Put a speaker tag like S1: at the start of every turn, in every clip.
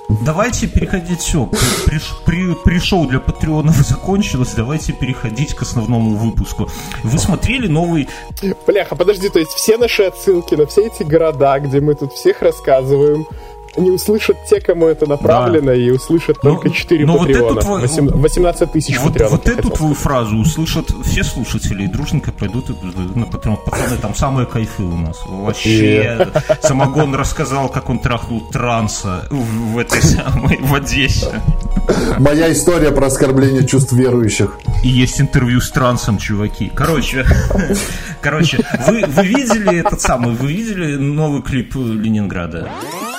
S1: Давайте переходить, все, пришел для патреонов закончилось, давайте переходить к основному выпуску. Вы смотрели новый...
S2: Бляха, подожди, то есть все наши отсылки на все эти города, где мы тут всех рассказываем, не услышат те, кому это направлено, да. И услышат только 4 патреона. Вот 18 тысяч патреонов.
S1: Вот эту твою фразу услышат все слушатели и дружненько пойдут на патреон. Пацаны, там самые кайфы у нас. Вообще. Самогон рассказал, как он трахнул транса в этой самой, в Одессе.
S3: Моя история про оскорбление чувств верующих.
S1: И есть интервью с трансом, чуваки. Короче, вы видели этот самый, вы видели новый клип Ленинграда?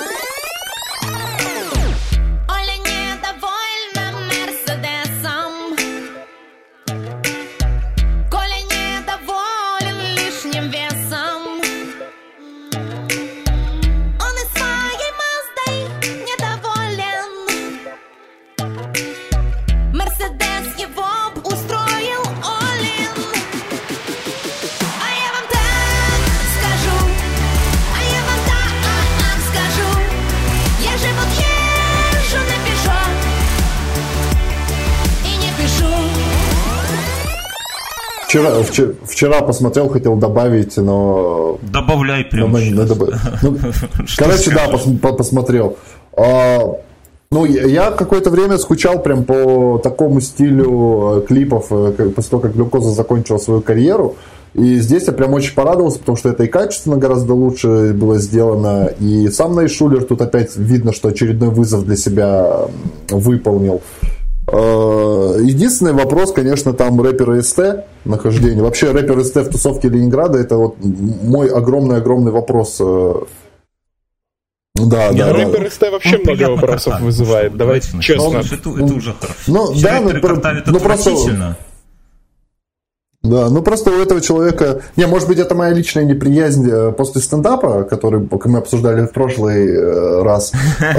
S3: Вчера посмотрел, хотел добавить, но...
S1: Добавляй прям.
S3: Короче, да, посмотрел. Я какое-то время скучал прям по такому стилю клипов, после того, как Глюкоза закончила свою карьеру. И здесь я прям очень порадовался, потому что это и качественно гораздо лучше было сделано. И сам Найшулер тут опять видно, что очередной вызов для себя выполнил. Единственный вопрос, конечно, там рэпер СТ нахождение. Вообще рэпер СТ в тусовке Ленинграда — это вот мой огромный вопрос. Да.
S2: Рэпер СТ вообще много вопросов вызывает. Давайте честно.
S1: Это уже хорошо.
S3: Просто... Да, просто у этого человека... может быть, это моя личная неприязнь после стендапа, который мы обсуждали в прошлый раз.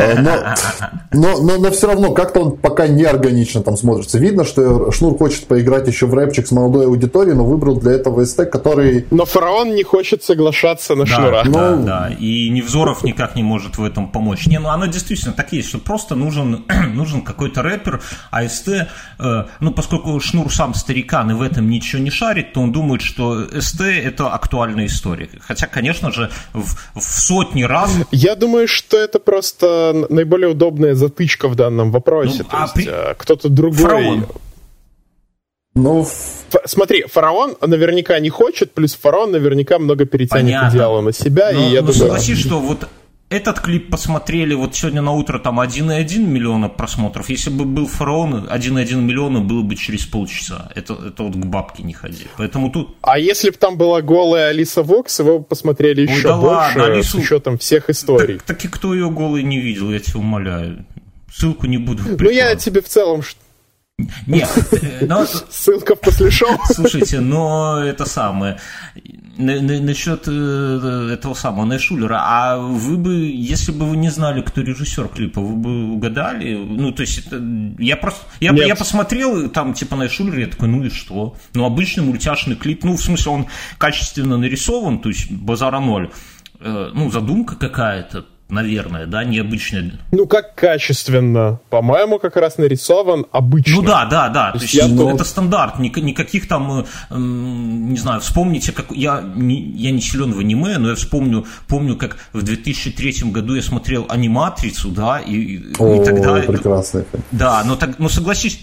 S3: Но все равно как-то он пока неорганично там смотрится. Видно, что Шнур хочет поиграть еще в рэпчик с молодой аудиторией, но выбрал для этого СТ, который...
S2: Но Фараон не хочет соглашаться на Шнура.
S1: Да. И Невзоров никак не может в этом помочь. Оно действительно так есть, что просто нужен какой-то рэпер, а СТ, поскольку Шнур сам старикан и в этом ничего не шарит, то он думает, что СТ — это актуальная история. Хотя, конечно же, в сотни раз...
S2: Я думаю, что это просто наиболее удобная затычка в данном вопросе. Кто-то другой...
S3: Фараон?
S2: Смотри, Фараон наверняка не хочет, плюс Фараон наверняка много перетянет идеала на себя. И я думаю...
S1: Согласись, что вот этот клип посмотрели вот сегодня на утро там 1,1 миллиона просмотров. Если бы был Фараон, 1,1 миллиона было бы через полчаса. Это вот к бабке не ходи. Поэтому тут...
S2: А если бы там была голая Алиса Вокс, его бы посмотрели еще больше, Алису... с учетом всех историй.
S1: Так и кто ее голой не видел, я тебя умоляю. Ссылку не буду прикладывать.
S2: Я тебе в целом...
S1: Нет,
S2: ссылка после шоу.
S1: Слушайте, но это самое... Насчет этого самого Найшулера, а вы бы, если бы вы не знали, кто режиссер клипа, вы бы угадали? То есть, я посмотрел, там, типа, Найшулер, я такой, и что? Обычный мультяшный клип, в смысле, он качественно нарисован, то есть, базара ноль. Задумка какая-то, наверное, да, необычная.
S2: Как качественно? По-моему, как раз нарисован обычно.
S1: Да. То есть это стандарт. Никаких там, не знаю, вспомните, как я не силен в аниме, но я помню, как в 2003 году я смотрел «Аниматрицу», да, и тогда...
S3: прекрасный.
S1: Да, но согласись...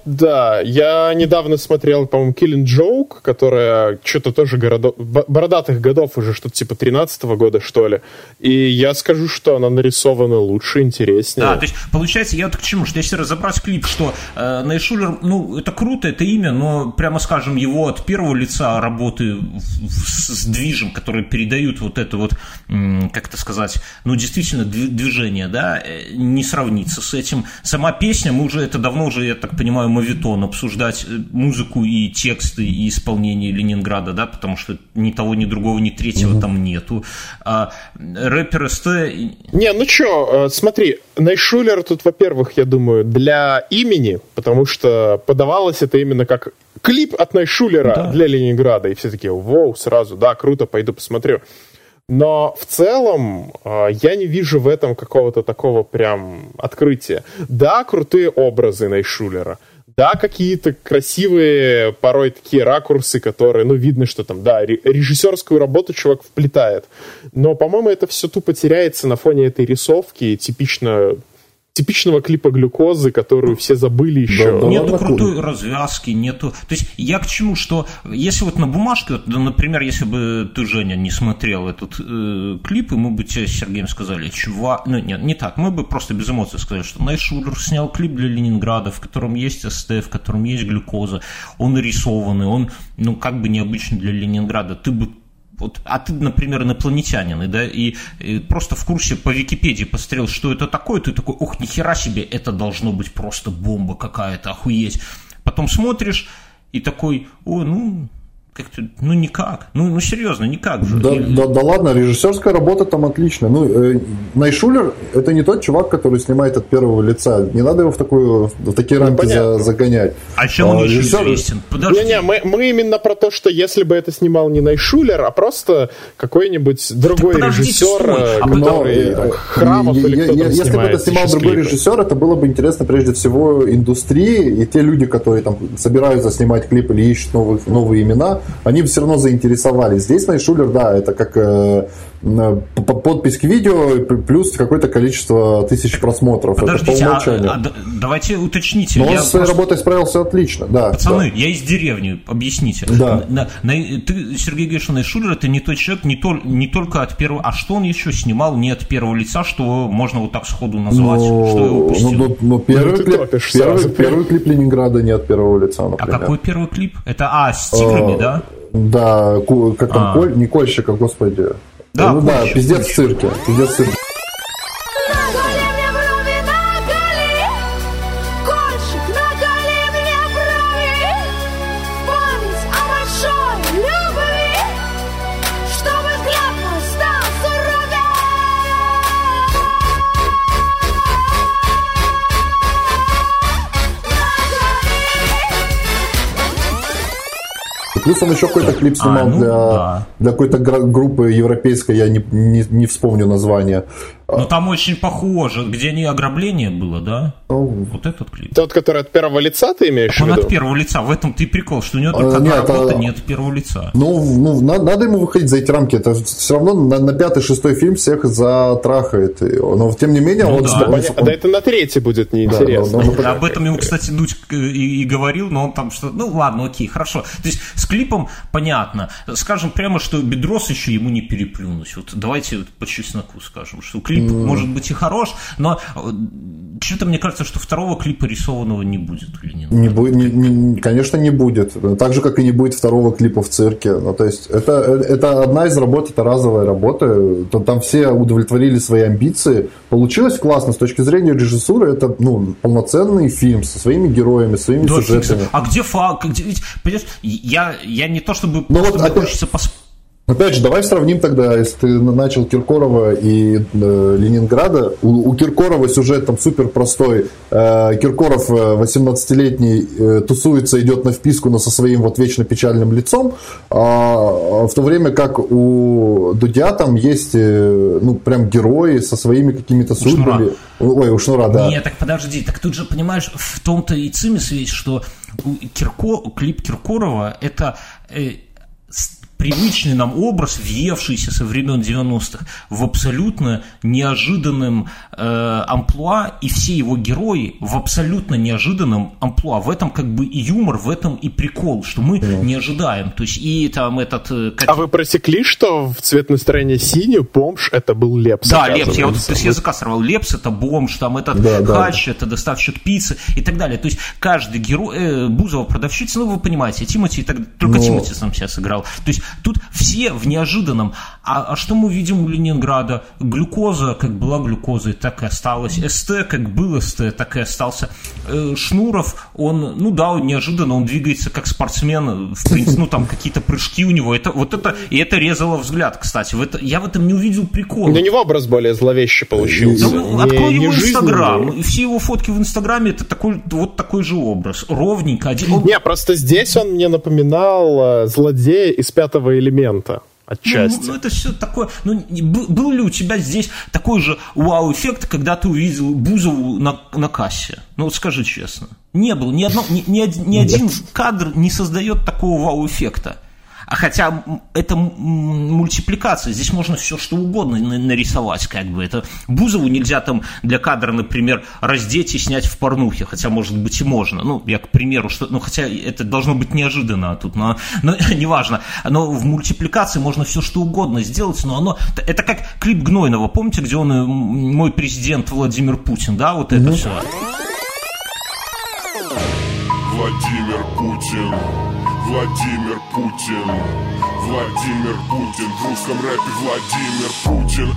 S2: я недавно смотрел, по-моему, Killing Joke, которая что-то тоже бородатых годов уже, что-то типа 13-го года, что ли. И я скажу, что она нарисована лучше, интереснее.
S1: Да, то есть, получается, я к чему, что если разобрать клип, что Найшулер, это круто, это имя, но, прямо скажем, его от первого лица работы с движем, которые передают вот это вот, как это сказать, действительно, движение, да, не сравнится с этим. Сама песня, мы уже это давно уже, я так понимаю, моветон, обсуждать музыку и тексты и исполнение Ленинграда, да, потому что ни того, ни другого, ни третьего там нету. Рэпер СТ...
S2: смотри, Найшулер тут, во-первых, я думаю, для имени, потому что подавалось это именно как клип от Найшулера для Ленинграда, и все такие, сразу, да, круто, пойду посмотрю. Но в целом я не вижу в этом какого-то такого прям открытия. Да, крутые образы Найшулера. Да, какие-то красивые, порой такие ракурсы, которые, видно, что там, да, режиссерскую работу чувак вплетает. Но, по-моему, это все тупо теряется на фоне этой рисовки типичного клипа «Глюкозы», которую все забыли еще.
S1: Да, нету крутой развязки, нету... То есть я к чему, что если вот на бумажке, например, если бы ты, Женя, не смотрел этот клип, и мы бы тебе с Сергеем сказали, чувак... Нет, не так, мы бы просто без эмоций сказали, что Найшулер снял клип для Ленинграда, в котором есть СТ, в котором есть глюкоза, он нарисованный, он, как бы необычный для Ленинграда. Ты бы а ты, например, инопланетянин, да, и просто в курсе по Википедии посмотрел, что это такое, ты такой, ох, нихера себе, это должно быть просто бомба какая-то, охуеть. Потом смотришь и такой, как-то, никак. Серьезно, никак же.
S3: Да ладно, режиссерская работа там отличная. Найшулер — это не тот чувак, который снимает от первого лица. Не надо его в такие рамки загонять.
S1: А чем он еще известен? Подожди.
S2: Мы именно про то, что если бы это снимал не Найшулер, а просто какой-нибудь другой режиссер, который Храмов или кто-то снимает.
S3: Если бы это снимал другой режиссер, это было бы интересно прежде всего индустрии, и те люди, которые там собираются снимать клип или ищут новые имена, они все равно заинтересовались. Здесь Найшулер, да, это как подпись к видео плюс какое-то количество тысяч просмотров.
S1: Подождите, это по умолчанию. Давайте уточните.
S3: Но он с своей работой справился отлично. Да,
S1: пацаны, я из деревни, объясните.
S3: Да.
S1: Ты, Сергей, говоришь, что Найшулер — это не тот человек, не только от первого... А что он еще снимал не от первого лица, что можно вот так сходу назвать? Что его упустил?
S3: Первый клип Ленинграда не от первого лица, например.
S1: А какой первый клип? Это с тиграми, да?
S3: Да, как там, не Кольщика, господи.
S1: Да,
S3: «Пиздец в цирке». Плюс он еще какой-то клип снимал для какой-то группы европейской, я не вспомню название.
S1: Но там очень похоже, где не ограбление было, да? Вот этот клип.
S2: Тот, который от первого лица ты имеешь в виду?
S1: Он от первого лица, в этом ты прикол, что у него только работа не от первого лица.
S3: Надо ему выходить за эти рамки, это все равно на 5-6 фильм всех затрахает. Но тем не менее...
S2: Да это на 3 будет неинтересно.
S1: Об этом ему, кстати, Дудь и говорил, но он там что... ладно, окей, хорошо. То есть с клипом понятно. Скажем прямо, что Бедрос еще ему не переплюнуть. Вот давайте по чесноку скажем, что клип может быть и хорош, но что-то мне кажется, что второго клипа рисованного не будет в Ленинграде.
S3: Конечно, не будет. Так же, как и не будет второго клипа в цирке. То есть это одна из работ, это разовая работа. Там все удовлетворили свои амбиции. Получилось классно. С точки зрения режиссуры, это полноценный фильм со своими героями, своими сюжетами.
S1: А где факт? Понимаешь, я не то чтобы хочется поспорить.
S3: Опять же, давай сравним тогда, если ты начал Киркорова и Ленинграда. У Киркорова сюжет там супер простой. Киркоров 18-летний тусуется, идет на вписку, но со своим вот вечно печальным лицом. В то время как у Дудя там есть прям герои со своими какими-то судьбами. У Шнура, да.
S1: Нет, так подожди, так тут же, понимаешь, в том-то и цимис весь, что клип Киркорова это... привычный нам образ, въевшийся со времен 90-х, в абсолютно неожиданном амплуа, и все его герои в абсолютно неожиданном амплуа. В этом как бы и юмор, в этом и прикол, что мы не ожидаем. То есть и там этот...
S2: А вы просекли, что в «Цвет настроения синий» бомж это был Лепс?
S1: Да, Лепс, я вот с языка сорвал. Лепс это бомж, там этот Хач, это доставщик пиццы и так далее. То есть каждый герой... Бузова продавщица, вы понимаете, Тимати, только Тимати сам себя сыграл. То есть тут все в неожиданном. А что мы видим у Ленинграда? Глюкоза, как была глюкозой, так и осталась. СТ, как был СТ, так и остался. Шнуров, он неожиданно, он двигается как спортсмен, в принципе, там какие-то прыжки у него. Это резало взгляд, кстати. Я в этом не увидел прикола.
S2: У него образ более зловещий получился.
S1: Открой его Инстаграм. И все его фотки в Инстаграме, это такой же образ. Ровненько.
S2: Не, просто здесь он мне напоминал злодея из «Пятого элемента». отчасти.
S1: Ну, это все такое... Был ли у тебя здесь такой же вау-эффект, когда ты увидел Бузову на кассе? Вот скажи честно. Не было. Ни один кадр не создает такого вау-эффекта. А хотя это мультипликация, здесь можно все что угодно нарисовать, как бы. Это Бузову нельзя там для кадра, например, раздеть и снять в порнухе, хотя, может быть, и можно. Я, к примеру, хотя это должно быть неожиданно тут, но неважно. Но в мультипликации можно все что угодно сделать, но это как клип Гнойного, помните, где он «Мой президент Владимир Путин», да, вот это все.
S4: Владимир Путин. Владимир Путин, Владимир Путин, в русском рэпе Владимир Путин,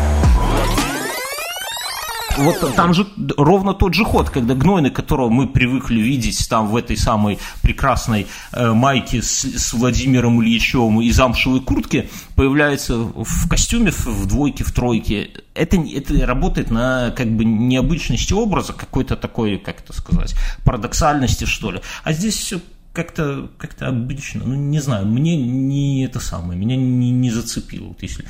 S1: Вот там же ровно тот же ход, когда Гнойный, которого мы привыкли видеть там в этой самой прекрасной майке с Владимиром Ильичем и замшевой куртке, появляется в костюме в двойке, в тройке. Это работает на как бы необычности образа, какой-то такой, как это сказать, парадоксальности, что ли. А здесь все как-то обычно, не знаю, мне не это самое, меня не зацепило, вот если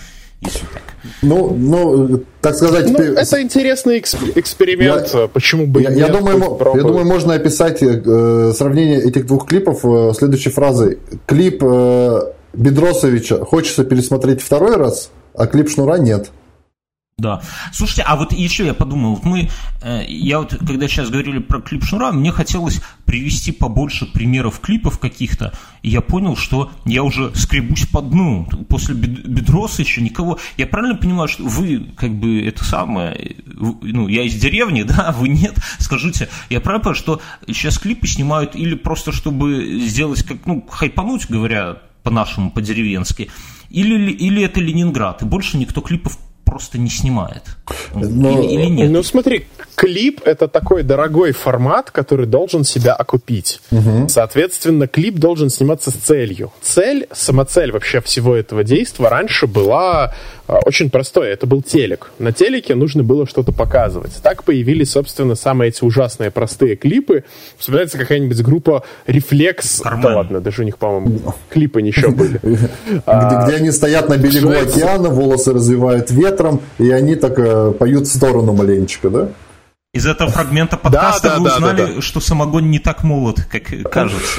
S1: так.
S3: Так сказать...
S2: это интересный эксперимент, почему бы
S3: я думаю, можно описать сравнение этих двух клипов следующей фразой. Клип Бедросовича хочется пересмотреть второй раз, а клип Шнура нет.
S1: Да. Слушайте, а вот еще я подумал, когда сейчас говорили про клип Шнура, мне хотелось привести побольше примеров клипов каких-то, и я понял, что я уже скребусь по дну. После Бедроса еще никого... Я правильно понимаю, что вы, как бы, это самое... я из деревни, да, вы нет? Скажите, я правильно понимаю, что сейчас клипы снимают или просто чтобы сделать, хайпануть, говоря по-нашему, по-деревенски, или это Ленинград, и больше никто клипов просто не снимает. Или нет?
S2: Смотри, клип — это такой дорогой формат, который должен себя окупить. Угу. Соответственно, клип должен сниматься с целью. Самоцель вообще всего этого действия раньше была очень простой. Это был телек. На телеке нужно было что-то показывать. Так появились, собственно, самые эти ужасные простые клипы. Вспоминается какая-нибудь группа «Рефлекс». Да ладно, даже у них, по-моему, клипы еще были.
S3: Где они стоят на берегу океана, волосы развивают ветром, и они так поют в сторону маленечко, да?
S1: Из этого фрагмента подкаста вы узнали, что самогон не так молод, как кажется.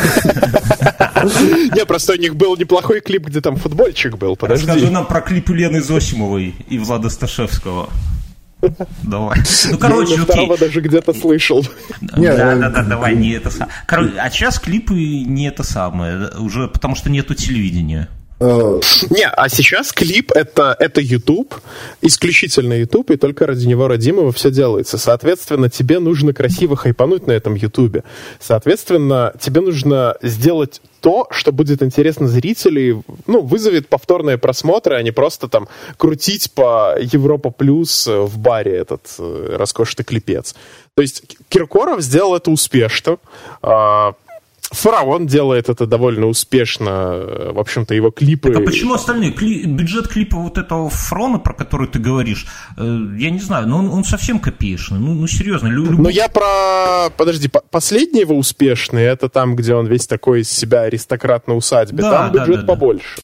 S2: Не, просто у них был неплохой клип, где там футбольчик был. Подожди.
S1: Расскажи нам про клипы Лены Зосимовой и Влада Сташевского. Давай. Окей.
S2: Второго даже где-то слышал.
S1: Да, давай, не это самое. А сейчас клипы не это самое, уже потому что нету телевидения.
S2: Не, а сейчас клип это YouTube, исключительно YouTube, и только ради него родимого все делается. Соответственно, тебе нужно красиво хайпануть на этом YouTube. Соответственно, тебе нужно сделать то, что будет интересно зрителям, вызовет повторные просмотры, а не просто там крутить по Европа Плюс в баре этот роскошный клипец. То есть Киркоров сделал это успешно. Фараон делает это довольно успешно, в общем-то, его клипы...
S1: Так, а почему остальные? Бюджет клипа вот этого Фрона, про который ты говоришь, я не знаю, но он совсем копеечный, серьезно.
S2: Но я про... Подожди, последний его успешный, это там, где он весь такой из себя аристократ на усадьбе, там бюджет побольше.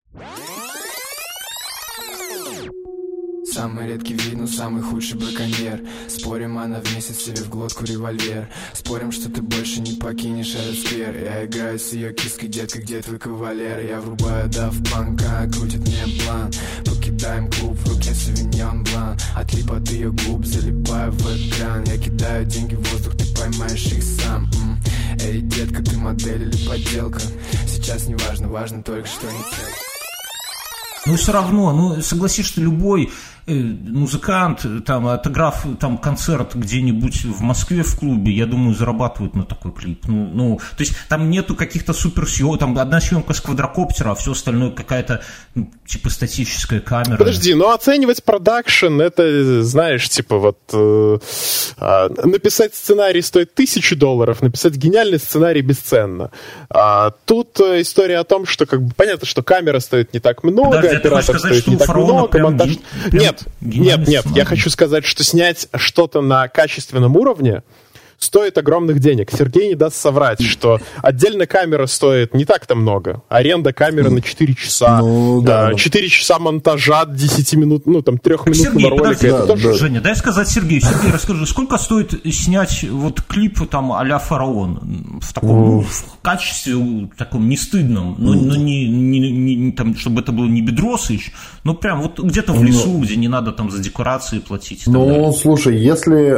S5: Самый редкий вид, но самый худший браконьер. Спорим, она внесет себе в глотку револьвер. Спорим, что ты больше не покинешь этот сквер. Я играю с ее киской, детка, где твой кавалер? Я врубаю Daft Punk, крутит мне план. Покидаем клуб, в руке Sauvignon Blanc. Отлип от ее губ, залипаю в экран. Я кидаю деньги в воздух, ты поймаешь их сам. Эй, детка, ты модель или подделка? Сейчас не важно, важно только, что не цель.
S1: Все равно, согласись, что любой музыкант, там, автограф, там, концерт где-нибудь в Москве в клубе, я думаю, зарабатывают на такой клип. То есть там нету каких-то суперсъемок, там одна съемка с квадрокоптера, а все остальное какая-то, типа, статическая камера.
S2: Подожди, оценивать продакшн, это, знаешь, типа, написать сценарий стоит $1000, написать гениальный сценарий бесценно. Тут история о том, что, понятно, что камера стоит не так много, оператор стоит не так много, монтаж... Нет, я хочу сказать, что снять что-то на качественном уровне стоит огромных денег. Сергей не даст соврать, что отдельно камера стоит не так-то много. Аренда камеры на 4 часа. 4 часа монтажа 10 минут, 3-минутного ролика.
S1: Женя, дай сказать Сергею. Сергей, расскажи, сколько стоит снять вот клип там а-ля «Фараон» в таком в качестве таком не стыдном, но не там, чтобы это было не Бедросович, но прям вот где-то в лесу, где не надо там за декорации платить.
S3: Слушай, если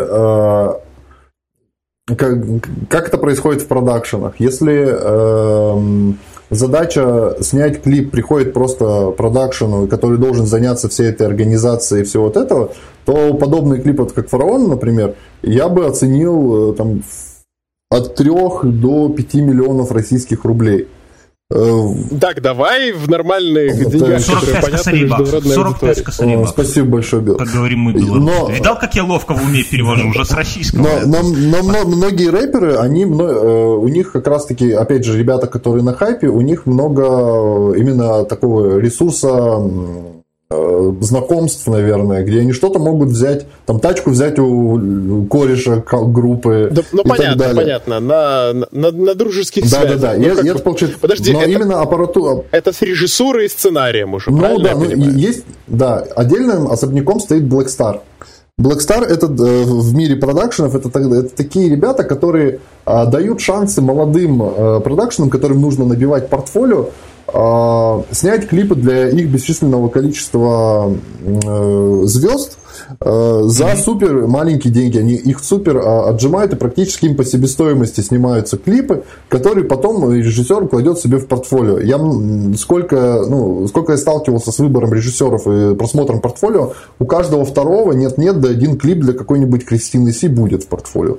S3: как это происходит в продакшенах, если задача снять клип приходит просто продакшену, который должен заняться всей этой организацией и всего вот этого, то подобный клип, вот как «Фараон», например, я бы оценил там от 3 до 5 миллионов российских рублей.
S2: Так, давай в нормальных деньгах, которые понятны международной аудитории.
S3: Спасибо большое, Билл.
S1: Как говорим мы, белорусы. Видал, как я ловко в уме перевожу уже с российского?
S3: Но многие рэперы, у них как раз-таки, опять же, ребята, которые на хайпе, у них много именно такого ресурса знакомств, наверное, где они что-то могут взять, там тачку взять у кореша группы.
S2: Да, понятно, на дружеских связях.
S3: Да. Это получается.
S2: Подожди,
S3: но именно аппаратура.
S2: Это с режиссурой и сценарием уже, правильно?
S3: Есть, отдельным особняком стоит Black Star. Black Star это в мире продакшенов, это такие ребята, которые дают шансы молодым продакшенам, которым нужно набивать портфолио, снять клипы для их бесчисленного количества звезд за супер маленькие деньги. Они их супер отжимают, и практически им по себестоимости снимаются клипы, которые потом режиссер кладет себе в портфолио. Сколько я сталкивался с выбором режиссеров и просмотром портфолио, у каждого второго нет-нет, да один клип для какой-нибудь Кристины Си будет в портфолио.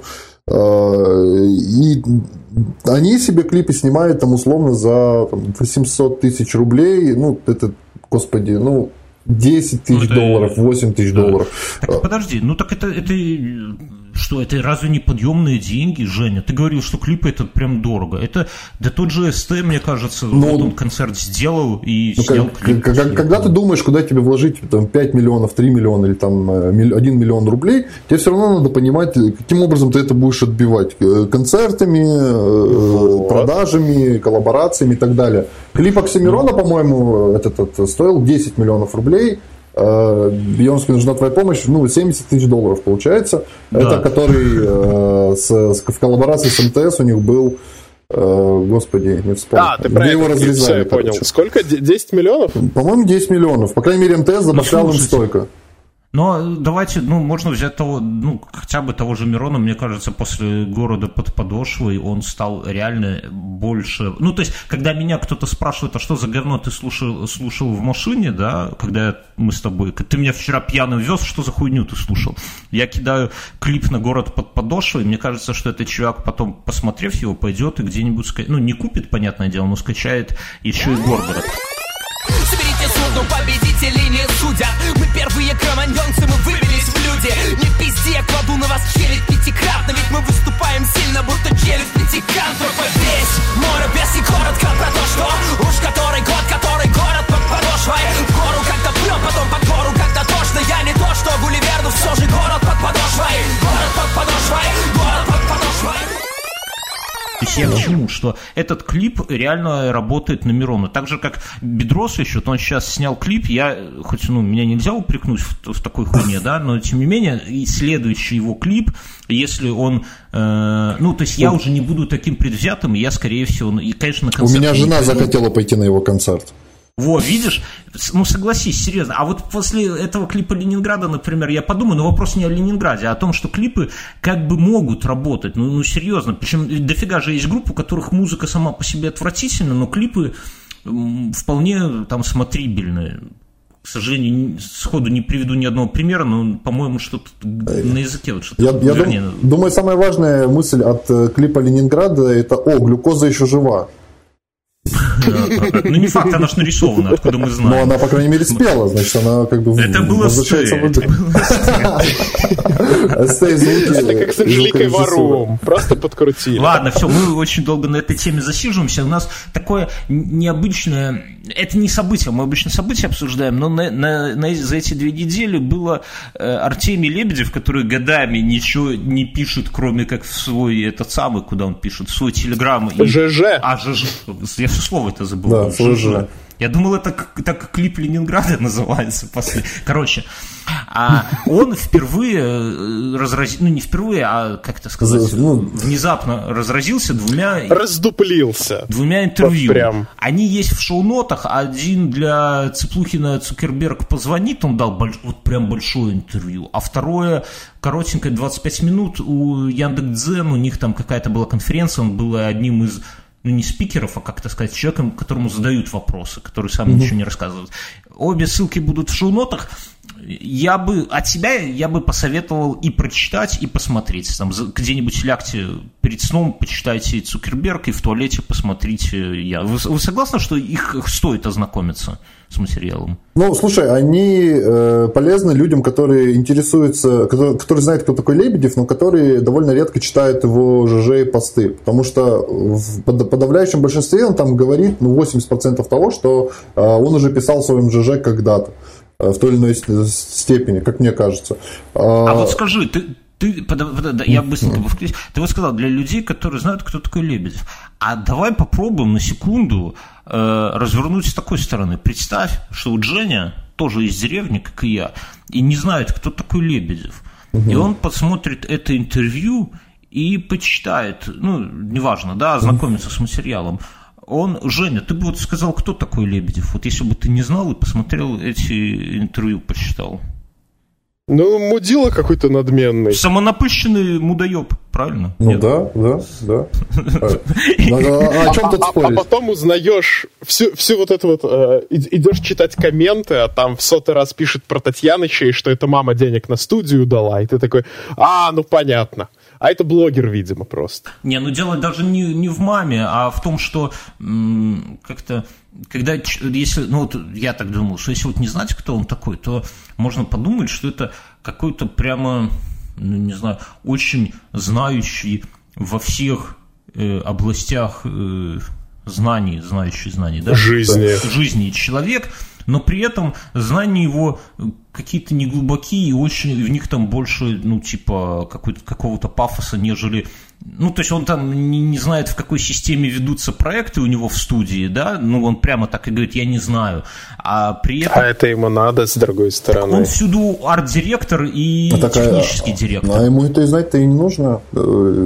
S3: И они себе клипы снимают там условно за 800 тысяч рублей, это, господи, 10 тысяч долларов, 8 тысяч долларов.
S1: Так, подожди, это разве не подъемные деньги, Женя? Ты говорил, что клипы это прям дорого. Это, да тот же СТ, мне кажется, он концерт сделал и снял клип.
S3: Когда ты думаешь, куда тебе вложить 5 миллионов, 3 миллиона или там 1 миллион рублей, тебе все равно надо понимать, каким образом ты это будешь отбивать. Концертами, продажами, коллаборациями и так далее. Клип Оксимирона, по-моему, этот стоил 10 миллионов рублей. Бейонсе нужна твоя помощь, 70 тысяч долларов получается. Да. Это который в коллаборации с МТС у них был, господи, не вспомнил.
S2: Ты правильно, его разрезали. Я понял. Сколько? 10 миллионов?
S3: По-моему, 10 миллионов. По крайней мере, МТС забашлял им столько.
S1: Но давайте, можно взять хотя бы того же Мирона, мне кажется, после «Города под подошвой» он стал реально больше... то есть, когда меня кто-то спрашивает, а что за говно ты слушал в машине, да, когда мы с тобой... Ты меня вчера пьяным вез, что за хуйню ты слушал? Я кидаю клип на «Город под подошвой», мне кажется, что этот чувак потом, посмотрев его, пойдет и где-нибудь... не купит, понятное дело, но скачает еще и «Горгород».
S6: Соберите сурду, победителей не судят. Мы первые кроманьонцы, мы выбились в люди. Не пизди, я кладу на вас челюсть пятикратно. Ведь мы выступаем сильно, будто челюсть пятикантропа. Весь море без и коротко про то, что уж который город под подошвой. В гору как-то прем, потом под гору как-то тошно. Я не то, что Гулливер, но все же город под подошвой. Город под подошвой, город под подошвой.
S1: То есть я к чему? Что этот клип реально работает на Мирона. Так же, как Бедросович, он сейчас снял клип, меня нельзя упрекнуть в такой хуйне, да, но тем не менее, и следующий его клип, если он, то есть я уже не буду таким предвзятым, и я, скорее всего, и, конечно, на концерт...
S3: У меня жена захотела пойти на его концерт.
S1: Видишь, согласись, серьезно. А вот после этого клипа Ленинграда, например, я подумаю, вопрос не о Ленинграде, а о том, что клипы как бы могут работать, серьезно. Причем дофига же есть группы, у которых музыка сама по себе отвратительна, но клипы вполне там смотрибельные. К сожалению, сходу не приведу ни одного примера, но, по-моему, что-то на языке что-то.
S3: Я думаю, самая важная мысль от клипа Ленинграда — это глюкоза еще жива.
S1: Ну, не факт, она ж нарисована, откуда мы знаем.
S3: Но она, по крайней мере, спела, значит, она как бы
S1: это было
S3: возвращается в игру.
S2: Это как с Анжеликой Варум, просто подкрутили.
S1: Ладно, все, мы очень долго на этой теме засиживаемся. У нас такое необычное... Это не событие, мы обычно события обсуждаем, но за эти 2 недели было Артемий Лебедев, который годами ничего не пишет, кроме как в свой этот самый, куда он пишет, в свой телеграм.
S2: ЖЖ.
S1: ЖЖ. Я все слово это забыл.
S3: Да, ЖЖ.
S1: Я думал, это так клип Ленинграда называется. Короче, он впервые разразился, ну не впервые, а как это сказать, внезапно разразился
S2: раздуплился.
S1: 2 интервью.
S2: Прям.
S1: Они есть в шоу-нотах. Один для Цыплухина Цукерберг позвонит, он дал вот прям большое интервью, а второе коротенькое, 25 минут у Яндекс.Дзен, у них там какая-то была конференция, он был одним из не спикеров, а, как это сказать, человеком, которому задают вопросы, который сам ничего не рассказывает. Обе ссылки будут в шоу-нотах. От себя я бы посоветовал и прочитать, и посмотреть. Там, где-нибудь лягте перед сном, почитайте Цукерберг, и в туалете посмотрите я. Вы согласны, что их стоит ознакомиться с материалом?
S3: Ну, слушай, они полезны людям, которые интересуются, которые знают, кто такой Лебедев, но которые довольно редко читают его ЖЖ и посты. Потому что в подавляющем большинстве он там говорит 80% того, что он уже писал в своем ЖЖ когда-то. В той или иной степени, как мне кажется.
S1: А вот скажи, я быстренько повторюсь, ты вот сказал, для людей, которые знают, кто такой Лебедев. А давай попробуем на секунду развернуть с такой стороны. Представь, что вот Женя тоже из деревни, как и я, и не знает, кто такой Лебедев. И он посмотрит это интервью и почитает, неважно, да, ознакомится с материалом. Женя, ты бы вот сказал, кто такой Лебедев? Вот если бы ты не знал и посмотрел эти интервью, почитал.
S2: Мудила какой-то надменный.
S1: Самонапыщенный мудоеб, правильно?
S3: Нет? Да. О чем тут спорить?
S2: А потом узнаешь всю вот это вот, идешь читать комменты, а там в 100-й раз пишет про Татьяныча, и что это мама денег на студию дала, и ты такой, понятно. А это блогер, видимо, просто.
S1: Дело даже не в маме, а в том, что как-то, если, я так думал, что если вот не знать, кто он такой, то можно подумать, что это какой-то прямо, очень знающий во всех областях знающий знаний, да? Жизни человек, но при этом знания его какие-то неглубокие, и очень в них там больше, какого-то пафоса, нежели... то есть он там не знает, в какой системе ведутся проекты у него в студии, да, он прямо так и говорит, я не знаю, а при этом...
S2: А это ему надо, с другой стороны.
S1: Он всюду арт-директор и технический директор.
S3: А ему это и знать-то и не нужно.
S1: Да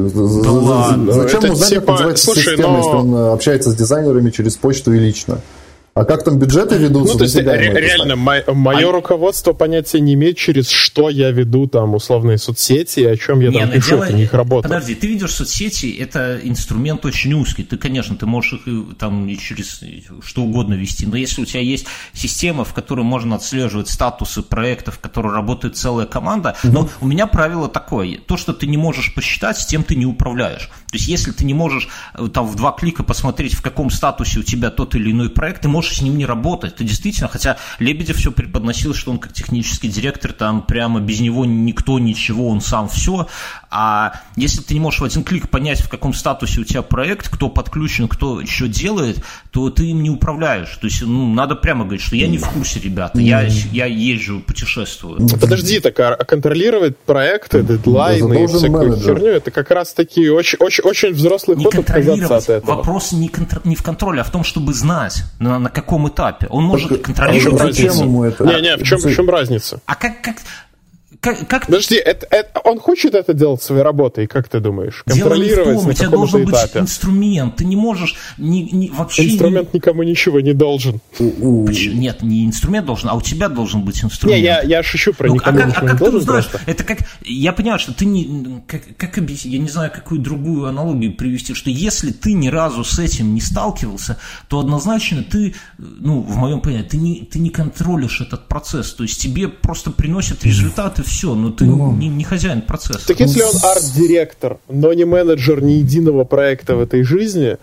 S1: ладно.
S3: Зачем ему знать, как называется система, если он общается с дизайнерами через почту и лично? А как там бюджеты ведутся?
S2: То есть реально, мое руководство понятия не имеет, через что я веду там условные соцсети, о чем я там пишу, у них работа.
S1: Подожди, ты ведешь соцсети, это инструмент очень узкий. Ты, конечно, ты можешь их там и через что угодно вести, но если у тебя есть система, в которой можно отслеживать статусы проектов, в которой работает целая команда, но у меня правило такое, то, что ты не можешь посчитать, с тем ты не управляешь. То есть если ты не можешь там в 2 клика посмотреть, в каком статусе у тебя тот или иной проект, ты можешь с ним не работать. Ты действительно, хотя Лебедев все преподносил, что он как технический директор, там прямо без него никто ничего, он сам все. А если ты не можешь в 1 клик понять, в каком статусе у тебя проект, кто подключен, кто что делает, то ты им не управляешь. То есть, надо прямо говорить, что я не в курсе, ребята, я езжу, путешествую.
S2: Подожди, а контролировать проекты, дедлайны и всякую херню, это как раз таки очень взрослый ход отказаться от этого.
S1: Вопрос не в контроле, а в том, чтобы знать, на каком этапе. Он может контролировать.
S3: Зачем ему это?
S2: В чем разница?
S1: А как
S2: Подожди, он хочет это делать своей работой, как ты думаешь? Контролировать на каком-то этапе? У тебя должен быть
S1: инструмент. Ты не можешь вообще...
S2: Инструмент никому ничего не должен.
S1: Нет, не инструмент должен, а у тебя должен быть инструмент.
S2: Я шучу про никому ничего не должен. Просто.
S1: Это как... Я понимаю, что ты не... Как объяснить? Я не знаю, какую другую аналогию привести, что если ты ни разу с этим не сталкивался, то однозначно ты, в моем понимании, ты не контролишь этот процесс. То есть тебе просто приносят результаты, все, но ты не хозяин процесса.
S2: Так если он арт-директор, но не менеджер ни единого проекта в этой жизни,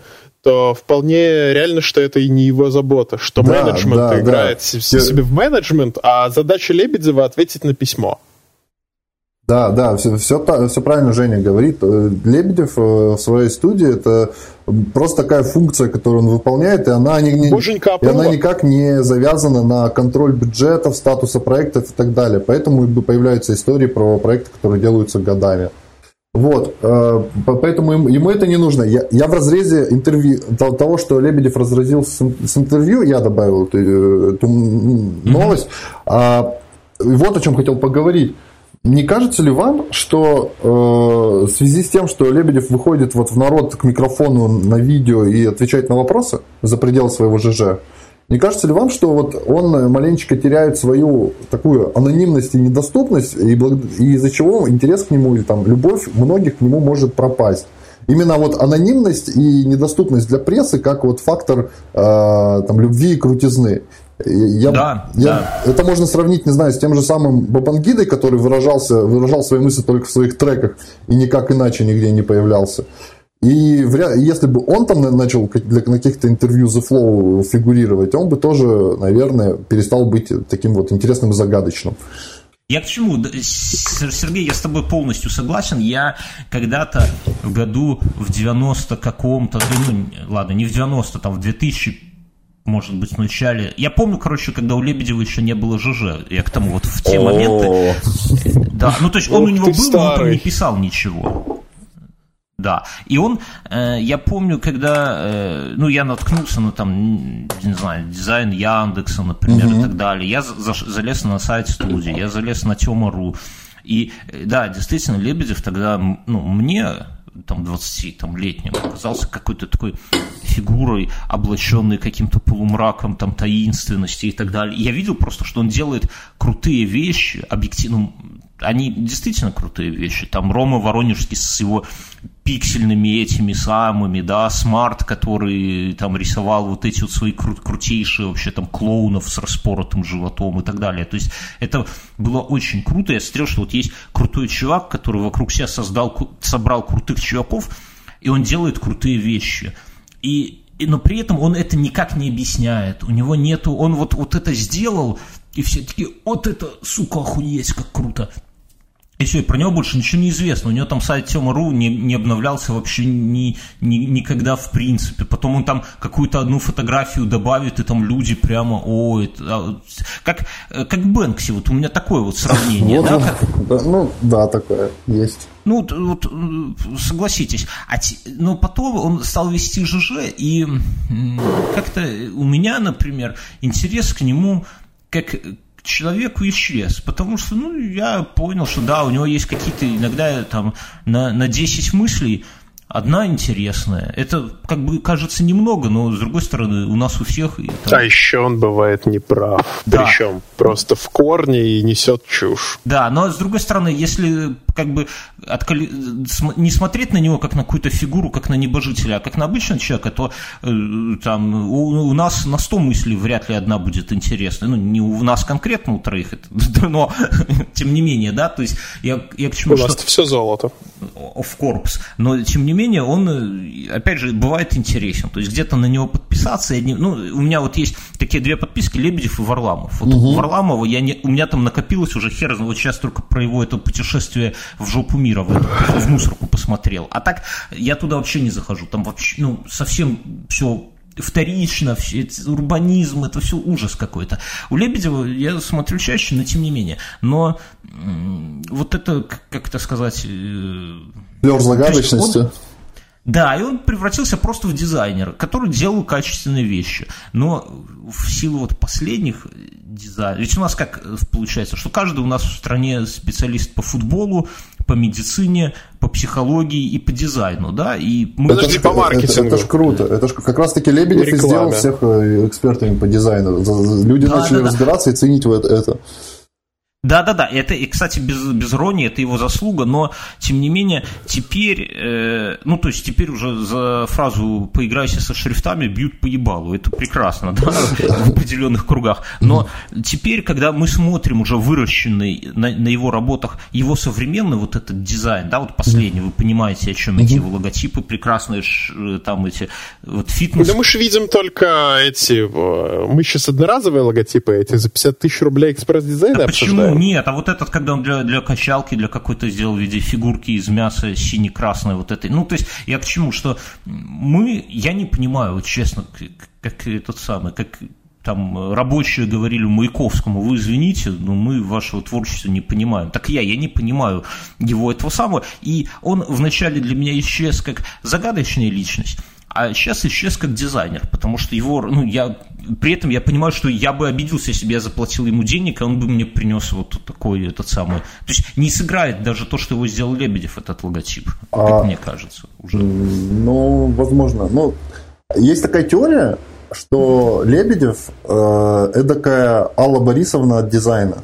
S2: то вполне реально, что это и не его забота, что менеджмент играет себе в менеджмент, а задача Лебедева ответить на письмо.
S3: Да, все правильно Женя говорит. Лебедев в своей студии это просто такая функция, которую он выполняет, и она никак не завязана на контроль бюджетов, статуса проектов и так далее. Поэтому появляются истории про проекты, которые делаются годами. Вот, поэтому ему это не нужно. Я в разрезе интервью, того, что Лебедев разразил с интервью, я добавил эту новость. Вот о чем хотел поговорить. Не кажется ли вам, что в связи с тем, что Лебедев выходит вот в народ к микрофону на видео и отвечает на вопросы за пределы своего ЖЖ, не кажется ли вам, что вот он маленечко теряет свою такую анонимность и недоступность, и из-за чего интерес к нему или там любовь многих к нему может пропасть? Именно вот анонимность и недоступность для прессы как вот фактор там, любви и крутизны. Это можно сравнить, не знаю, с тем же самым Бабангидой, который выражал свои мысли только в своих треках и никак иначе нигде не появлялся. И если бы он там начал на каких-то интервью The Flow фигурировать, он бы тоже, наверное, перестал быть таким вот интересным и загадочным.
S1: Я к чему? Сергей, я с тобой полностью согласен. Я когда-то в году в 90 каком-то, ладно, не в 90, там в 2000, может быть, в начале. Я помню, короче, когда у Лебедева еще не было ЖЖ. Я к тому вот в те моменты. Да, ну то есть он у него был, но он там не писал ничего. Да, и он, я помню, когда, я наткнулся на там, не знаю, дизайн Яндекса, например, и так далее, я залез на сайт студии, я залез на Тема.ру, и, да, действительно, Лебедев тогда, мне, там, 20-летним, оказался какой-то такой фигурой, облаченной каким-то полумраком, там, таинственности и так далее. И я видел просто, что он делает крутые вещи, объективно, они действительно крутые вещи. Там Рома Воронежский с его пиксельными этими самыми, да, Смарт, который там рисовал вот эти вот свои крутейшие вообще там клоунов с распоротым животом и так далее. То есть это было очень круто. Я смотрел, что вот есть крутой чувак, который вокруг себя собрал крутых чуваков, и он делает крутые вещи. Но при этом он это никак не объясняет. У него нету, он вот это сделал, и все такие, вот это, сука, охуеть, как круто. И все, и про него больше ничего не известно. У него там сайт Тема.ру не обновлялся вообще никогда в принципе. Потом он там какую-то одну фотографию добавит, и там люди прямо, как Бэнкси, вот у меня такое вот сравнение.
S3: Да, такое есть.
S1: Согласитесь. Но потом он стал вести ЖЖ, и как-то у меня, например, интерес к нему как к человеку исчез, потому что, я понял, что да, у него есть какие-то иногда там на 10 мыслей одна интересная. Это как бы кажется немного, но с другой стороны у нас у всех...
S2: А еще он бывает неправ, да. Причем просто в корне и несет чушь.
S1: Да, но с другой стороны, если как бы не смотреть на него как на какую-то фигуру, как на небожителя, а как на обычного человека, то там у нас на 100 мыслей вряд ли одна будет интересной. Не у нас конкретно, у троих, но тем не менее, да, то есть я к чему...
S2: У нас все золото.
S1: Of course. Но тем не менее он, опять же, бывает интересен. То есть где-то на него подписаться. У меня вот есть такие две подписки: Лебедев и Варламов. Вот у Варламова у меня там накопилось уже хер, вот сейчас только про его это путешествие в жопу мира, в мусорку посмотрел. А так я туда вообще не захожу. Там вообще, совсем все вторично, урбанизм, это все ужас какой-то. У Лебедева я смотрю чаще, но тем не менее. Но вот это, как это сказать...
S3: Флёр загадочности.
S1: Да, и он превратился просто в дизайнера, который делал качественные вещи. Но в силу вот последних дизайнеров... Ведь у нас как получается, что каждый у нас в стране специалист по футболу, по медицине, по психологии и по дизайну, да? И
S2: Подожди, по маркетингу.
S3: Это ж круто. Это ж как раз-таки Лебедев и сделал всех экспертами по дизайну. Люди начали разбираться и ценить вот это.
S1: Да, это, и, кстати, без иронии, это его заслуга, но, тем не менее, теперь, теперь уже за фразу «поиграйся со шрифтами» бьют по ебалу, это прекрасно, да, в определенных кругах, но теперь, когда мы смотрим уже выращенный на его работах, его современный вот этот дизайн, да, вот последний, вы понимаете, о чем эти его логотипы прекрасные, там эти, вот фитнес...
S2: Да мы же видим только мы сейчас одноразовые логотипы, эти за 50 тысяч рублей экспресс-дизайна обсуждаем.
S1: Нет, а вот этот, когда он для качалки, для какой-то сделал в виде фигурки из мяса сине-красной вот этой. Ну, то есть, я к чему, что я не понимаю, вот честно, как там рабочие говорили Маяковскому, вы извините, но мы вашего творчества не понимаем. Так я не понимаю его этого самого. И он вначале для меня исчез как загадочная личность, а сейчас исчез как дизайнер, потому что при этом я понимаю, что я бы обиделся, если бы я заплатил ему денег, и он бы мне принес вот такой этот самый... То есть не сыграет даже то, что его сделал Лебедев, этот логотип, как мне кажется. Уже.
S3: Возможно. Есть такая теория, что Лебедев эдакая Алла Борисовна от дизайна.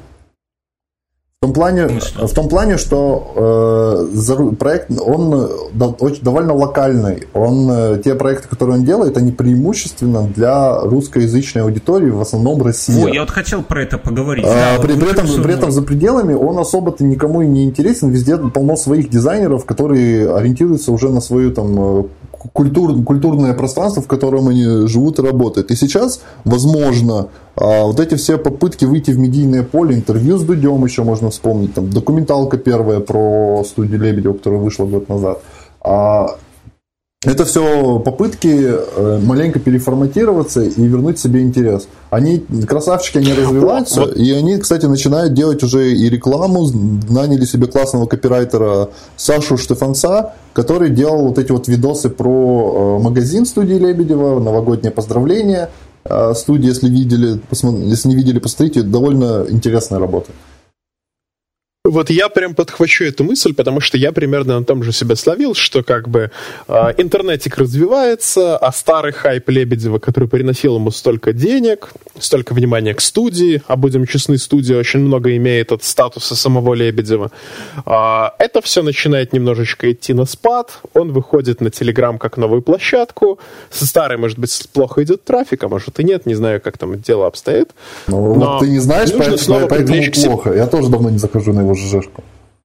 S3: В том плане, что проект, он довольно локальный. Те проекты, которые он делает, они преимущественно для русскоязычной аудитории, в основном России.
S1: Я вот хотел про это поговорить.
S3: При этом за пределами он особо-то никому и не интересен. Везде полно своих дизайнеров, которые ориентируются уже на свою там культурное пространство, в котором они живут и работают. И сейчас, возможно, вот эти все попытки выйти в медийное поле, интервью с Дудем еще можно вспомнить, там, документалка первая про студию Лебедева, которая вышла год назад. Это все попытки маленько переформатироваться и вернуть себе интерес. Красавчики, они развиваются, и они, кстати, начинают делать уже и рекламу, наняли себе классного копирайтера Сашу Штефанца, который делал вот эти вот видосы про магазин студии Лебедева, новогоднее поздравление студии, если не видели, посмотрите, довольно интересная работа.
S2: Вот я прям подхвачу эту мысль, потому что я примерно на том же себя словил, что как бы интернетик развивается, а старый хайп Лебедева, который приносил ему столько денег, столько внимания к студии, а будем честны, студия очень много имеет от статуса самого Лебедева, это все начинает немножечко идти на спад, он выходит на Телеграм как новую площадку, со старой, может быть, плохо идет трафик, а может и нет, не знаю, как там дело обстоит.
S3: Вот ты не знаешь, поэтому плохо. Я тоже давно не захожу на его ЖЖшку.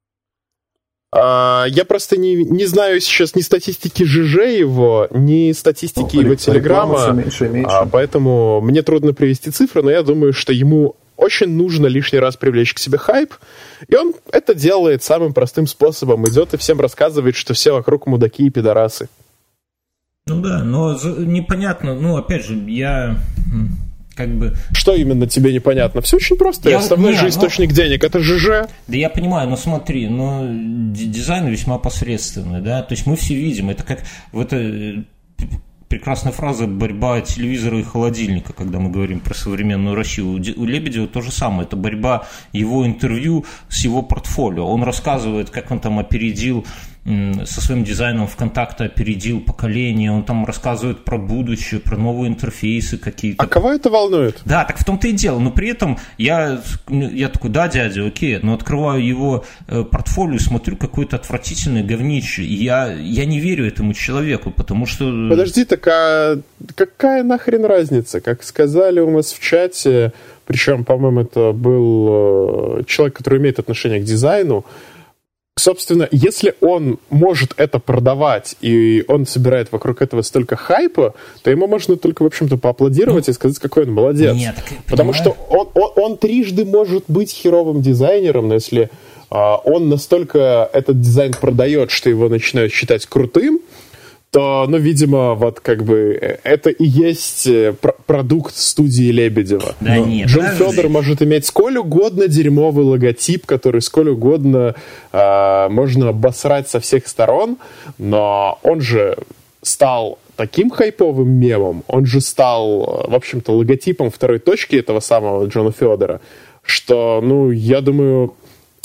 S2: Я просто не знаю сейчас ни статистики ЖЖ его, ни статистики его Телеграма, поэтому мне трудно привести цифры, но я думаю, что ему очень нужно лишний раз привлечь к себе хайп, и он это делает самым простым способом, идет и всем рассказывает, что все вокруг мудаки и пидорасы.
S1: Ну да, но непонятно, опять же, я...
S2: Что именно тебе непонятно? Все очень просто. Основной же источник денег – это ЖЖ.
S1: Да я понимаю, но смотри, дизайн весьма посредственный, да, то есть мы все видим, это как прекрасная фраза «борьба телевизора и холодильника», когда мы говорим про современную Россию. У Лебедева то же самое, это борьба его интервью с его портфолио. Он рассказывает, как он там опередил со своим дизайном ВКонтакте, опередил поколение, он там рассказывает про будущее, про новые интерфейсы какие-то.
S2: А кого это волнует?
S1: Да, так в том-то и дело, но при этом я такой, да, дядя, окей, но открываю его портфолио, смотрю какое-то отвратительное говнище, и я не верю этому человеку, потому что...
S2: Подожди, такая какая нахрен разница? Как сказали у нас в чате, причем, по-моему, это был человек, который имеет отношение к дизайну. Собственно, если он может это продавать, и он собирает вокруг этого столько хайпа, то ему можно только, в общем-то, поаплодировать и сказать, какой он молодец.
S1: Нет,
S2: потому что он трижды может быть херовым дизайнером, но если он настолько этот дизайн продает, что его начинают считать крутым, то, видимо, вот как бы это и есть продукт студии Лебедева.
S1: Да нет,
S2: Джон Федор может иметь сколь угодно дерьмовый логотип, который сколь угодно можно обосрать со всех сторон, но он же стал таким хайповым мемом, он же стал, в общем-то, логотипом второй точки этого самого Джона Федора, что, я думаю...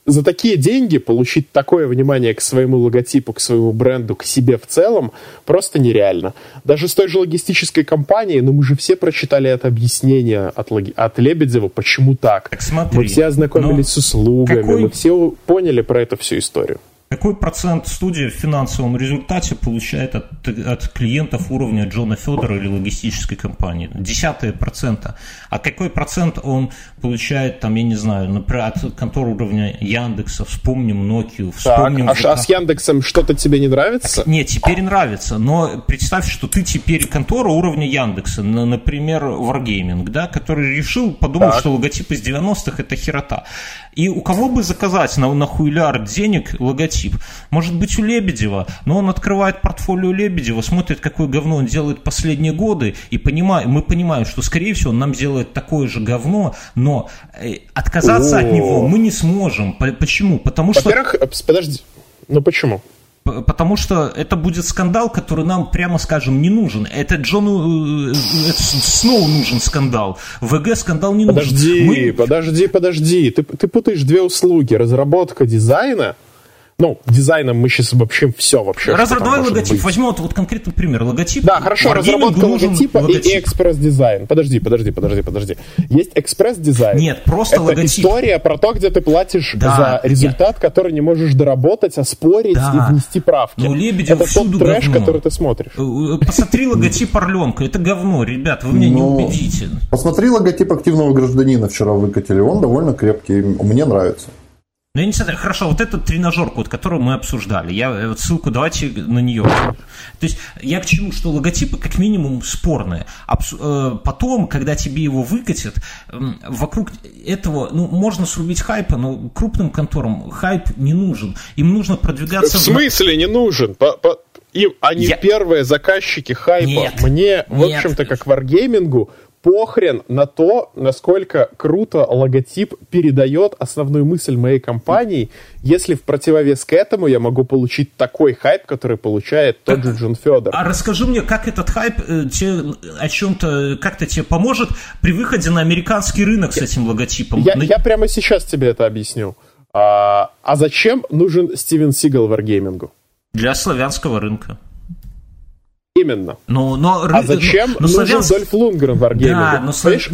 S2: за такие деньги получить такое внимание к своему логотипу, к своему бренду, к себе в целом просто нереально. Даже с той же логистической компанией, мы же все прочитали это объяснение от Лебедева, почему так.
S1: Смотри,
S2: мы все ознакомились с услугами, мы все поняли про эту всю историю.
S1: Какой процент студии в финансовом результате получает от клиентов уровня Джона Федора или логистической компании? 0,1%. А какой процент он получает, там, я не знаю, например, от контор уровня Яндекса? Вспомним Nokia, вспомним...
S2: Так, а с Яндексом что-то тебе не нравится?
S1: Нет, теперь нравится, но представь, что ты теперь контора уровня Яндекса, например, Wargaming, да, который подумал, что логотип из 90-х это херота. И у кого бы заказать на хуйлярд денег логотип? Может быть, у Лебедева, но он открывает портфолио Лебедева, смотрит, какое говно он делает последние годы, и мы понимаем, что, скорее всего, он нам сделает такое же говно, но отказаться от него мы не сможем. Почему? Потому что...
S2: Во-первых, подожди, почему?
S1: Потому что это будет скандал, который нам, прямо скажем, не нужен. Это Джону Сноу нужен скандал. ВГ скандал не нужен.
S2: Подожди. Ты путаешь две услуги. Разработка дизайна. Дизайном мы сейчас вообще все вообще.
S1: Давай логотип. Возьмем вот конкретный пример. Логотип.
S2: Да, хорошо, разработка логотипа и экспресс-дизайн. Подожди. Есть экспресс-дизайн.
S1: Нет, просто
S2: это
S1: логотип.
S2: Это история про то, где ты платишь за результат, который не можешь доработать, оспорить и внести правки.
S1: Лебедев
S2: это тот трэш, говно. Который ты смотришь.
S1: Посмотри логотип Орленка. Это говно, ребят, вы меня не убедите.
S3: Посмотри логотип активного гражданина вчера выкатили. Он довольно крепкий. Мне нравится.
S1: Я не знаю, хорошо, вот эту тренажерку, которую мы обсуждали, я вот ссылку давайте на нее. То есть я к чему, что логотипы как минимум спорные. Потом, когда тебе его выкатят, вокруг этого, можно срубить хайпа, но крупным конторам хайп не нужен. Им нужно продвигаться...
S2: В смысле не нужен? Они первые заказчики хайпа.
S1: Нет,
S2: Мне, в общем-то, как варгеймингу, похрен на то, насколько круто логотип передает основную мысль моей компании, если в противовес к этому я могу получить такой хайп, который получает тот же Джон Федор.
S1: А расскажи мне, как этот хайп о чем-то как-то тебе поможет при выходе на американский рынок с этим логотипом?
S2: Я прямо сейчас тебе это объясню. А зачем нужен Стивен Сигал варгеймингу?
S1: Для славянского рынка.
S2: Именно. Зачем нужен Дольф Лундгрен в Wargaming?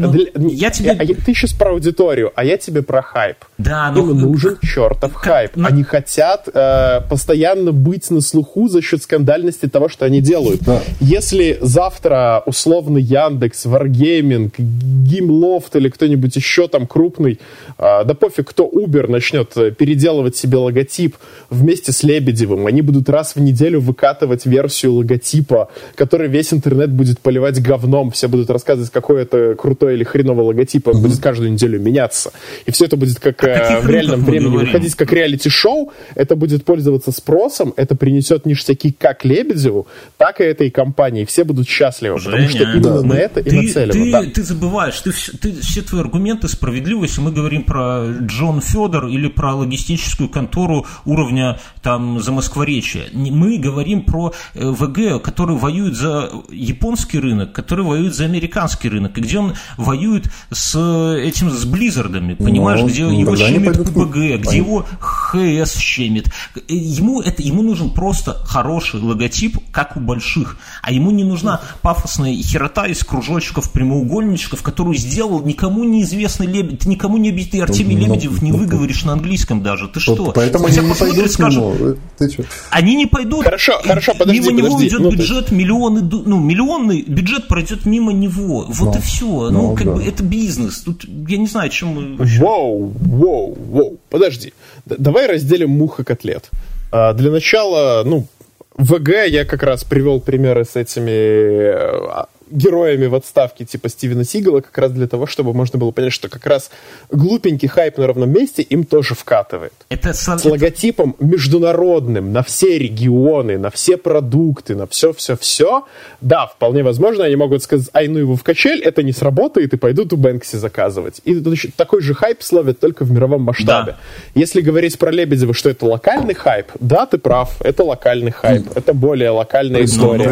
S2: Ты сейчас про аудиторию, а я тебе про хайп. Им нужен чертов хайп. Они хотят постоянно быть на слуху за счет скандальности того, что они делают. Да. Если завтра условный Яндекс, Wargaming, Гимлофт или кто-нибудь еще там крупный, да пофиг, кто Uber начнет переделывать себе логотип вместе с Лебедевым, они будут раз в неделю выкатывать версию логотипа, который весь интернет будет поливать говном, все будут рассказывать, какой это крутой или хреновый логотип, он будет каждую неделю меняться. И все это будет как в реальном времени выходить как реалити-шоу, это будет пользоваться спросом, это принесет ништяки как Лебедеву, так и этой компании. Все будут счастливы, потому что именно на это и нацелено.
S1: Ты забываешь, все твои аргументы справедливы, если мы говорим про Джон Федор или про логистическую контору уровня там Замоскворечья. Мы говорим про ВГ, который воюет за японский рынок, который воюет за американский рынок, и где он воюет с Близзардами, понимаешь, где его щемит ППГ, где его ХС щемит. Ему нужен просто хороший логотип, как у больших, а ему не нужна пафосная херота из кружочков, прямоугольничков, которую сделал никому неизвестный Лебедев. Ты никому не объясни, Артемий Лебедев не выговоришь на английском даже. Ты что?
S3: Поэтому они не пойдут к нему.
S1: Они не пойдут.
S2: Хорошо, подожди.
S1: Мимо него идет бюджет, миллионный бюджет пройдет мимо него. Вот и все. Это бизнес. Тут я не знаю, о чем мы вообще...
S2: Воу. Подожди. Давай разделим мух и котлет. Для начала, ВГ я как раз привел примеры с этими героями в отставке типа Стивена Сигала, как раз для того, чтобы можно было понять, что как раз глупенький хайп на ровном месте им тоже вкатывает. С логотипом международным на все регионы, на все продукты, на все. Да, вполне возможно, они могут сказать, его в качель, это не сработает, и пойдут у Бэнкси заказывать. И такой же хайп словят только в мировом масштабе. Да. Если говорить про Лебедева, что это локальный хайп, да, ты прав, это локальный хайп, это более локальная история.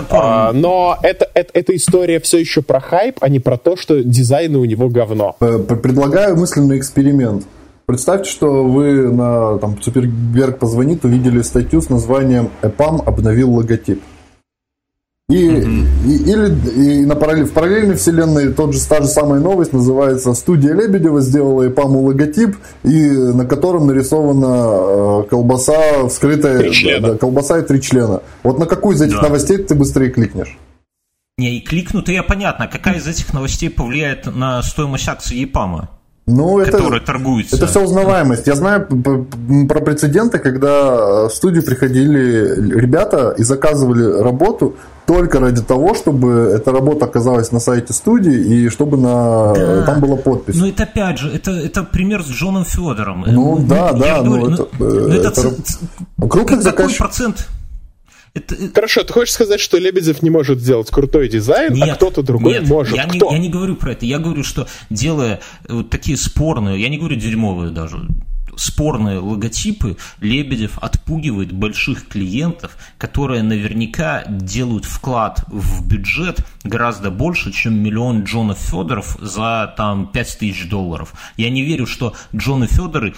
S2: Но эта история все еще про хайп, а не про то, что дизайны у него говно.
S3: Предлагаю мысленный эксперимент. Представьте, что вы на там, Цукерберг позвонит, увидели статью с названием «EPAM обновил логотип». И в параллельной вселенной та же самая новость называется «Студия Лебедева сделала EPAM логотип, и на котором нарисована колбаса вскрытая, колбаса и 3 члена». Вот на какую из этих новостей ты быстрее кликнешь?
S1: Не, и кликнуть-то я понятно. Какая из этих новостей повлияет на стоимость акций EPAM? Которая торгуется.
S3: Это все узнаваемость. Я знаю про прецеденты, когда в студию приходили ребята и заказывали работу только ради того, чтобы эта работа оказалась на сайте студии и чтобы там была подпись.
S1: Ну, это опять же, это пример с Джоном Федором.
S3: Крупный
S1: какой процент?
S2: Хорошо, ты хочешь сказать, что Лебедев не может сделать крутой дизайн, а кто-то другой может?
S1: Я не говорю про это. Я говорю, что делая вот такие спорные, я не говорю дерьмовые даже, спорные логотипы, Лебедев отпугивает больших клиентов, которые наверняка делают вклад в бюджет гораздо больше, чем миллион Джонов Федоров за там $5000. Я не верю, что Джоны Федоры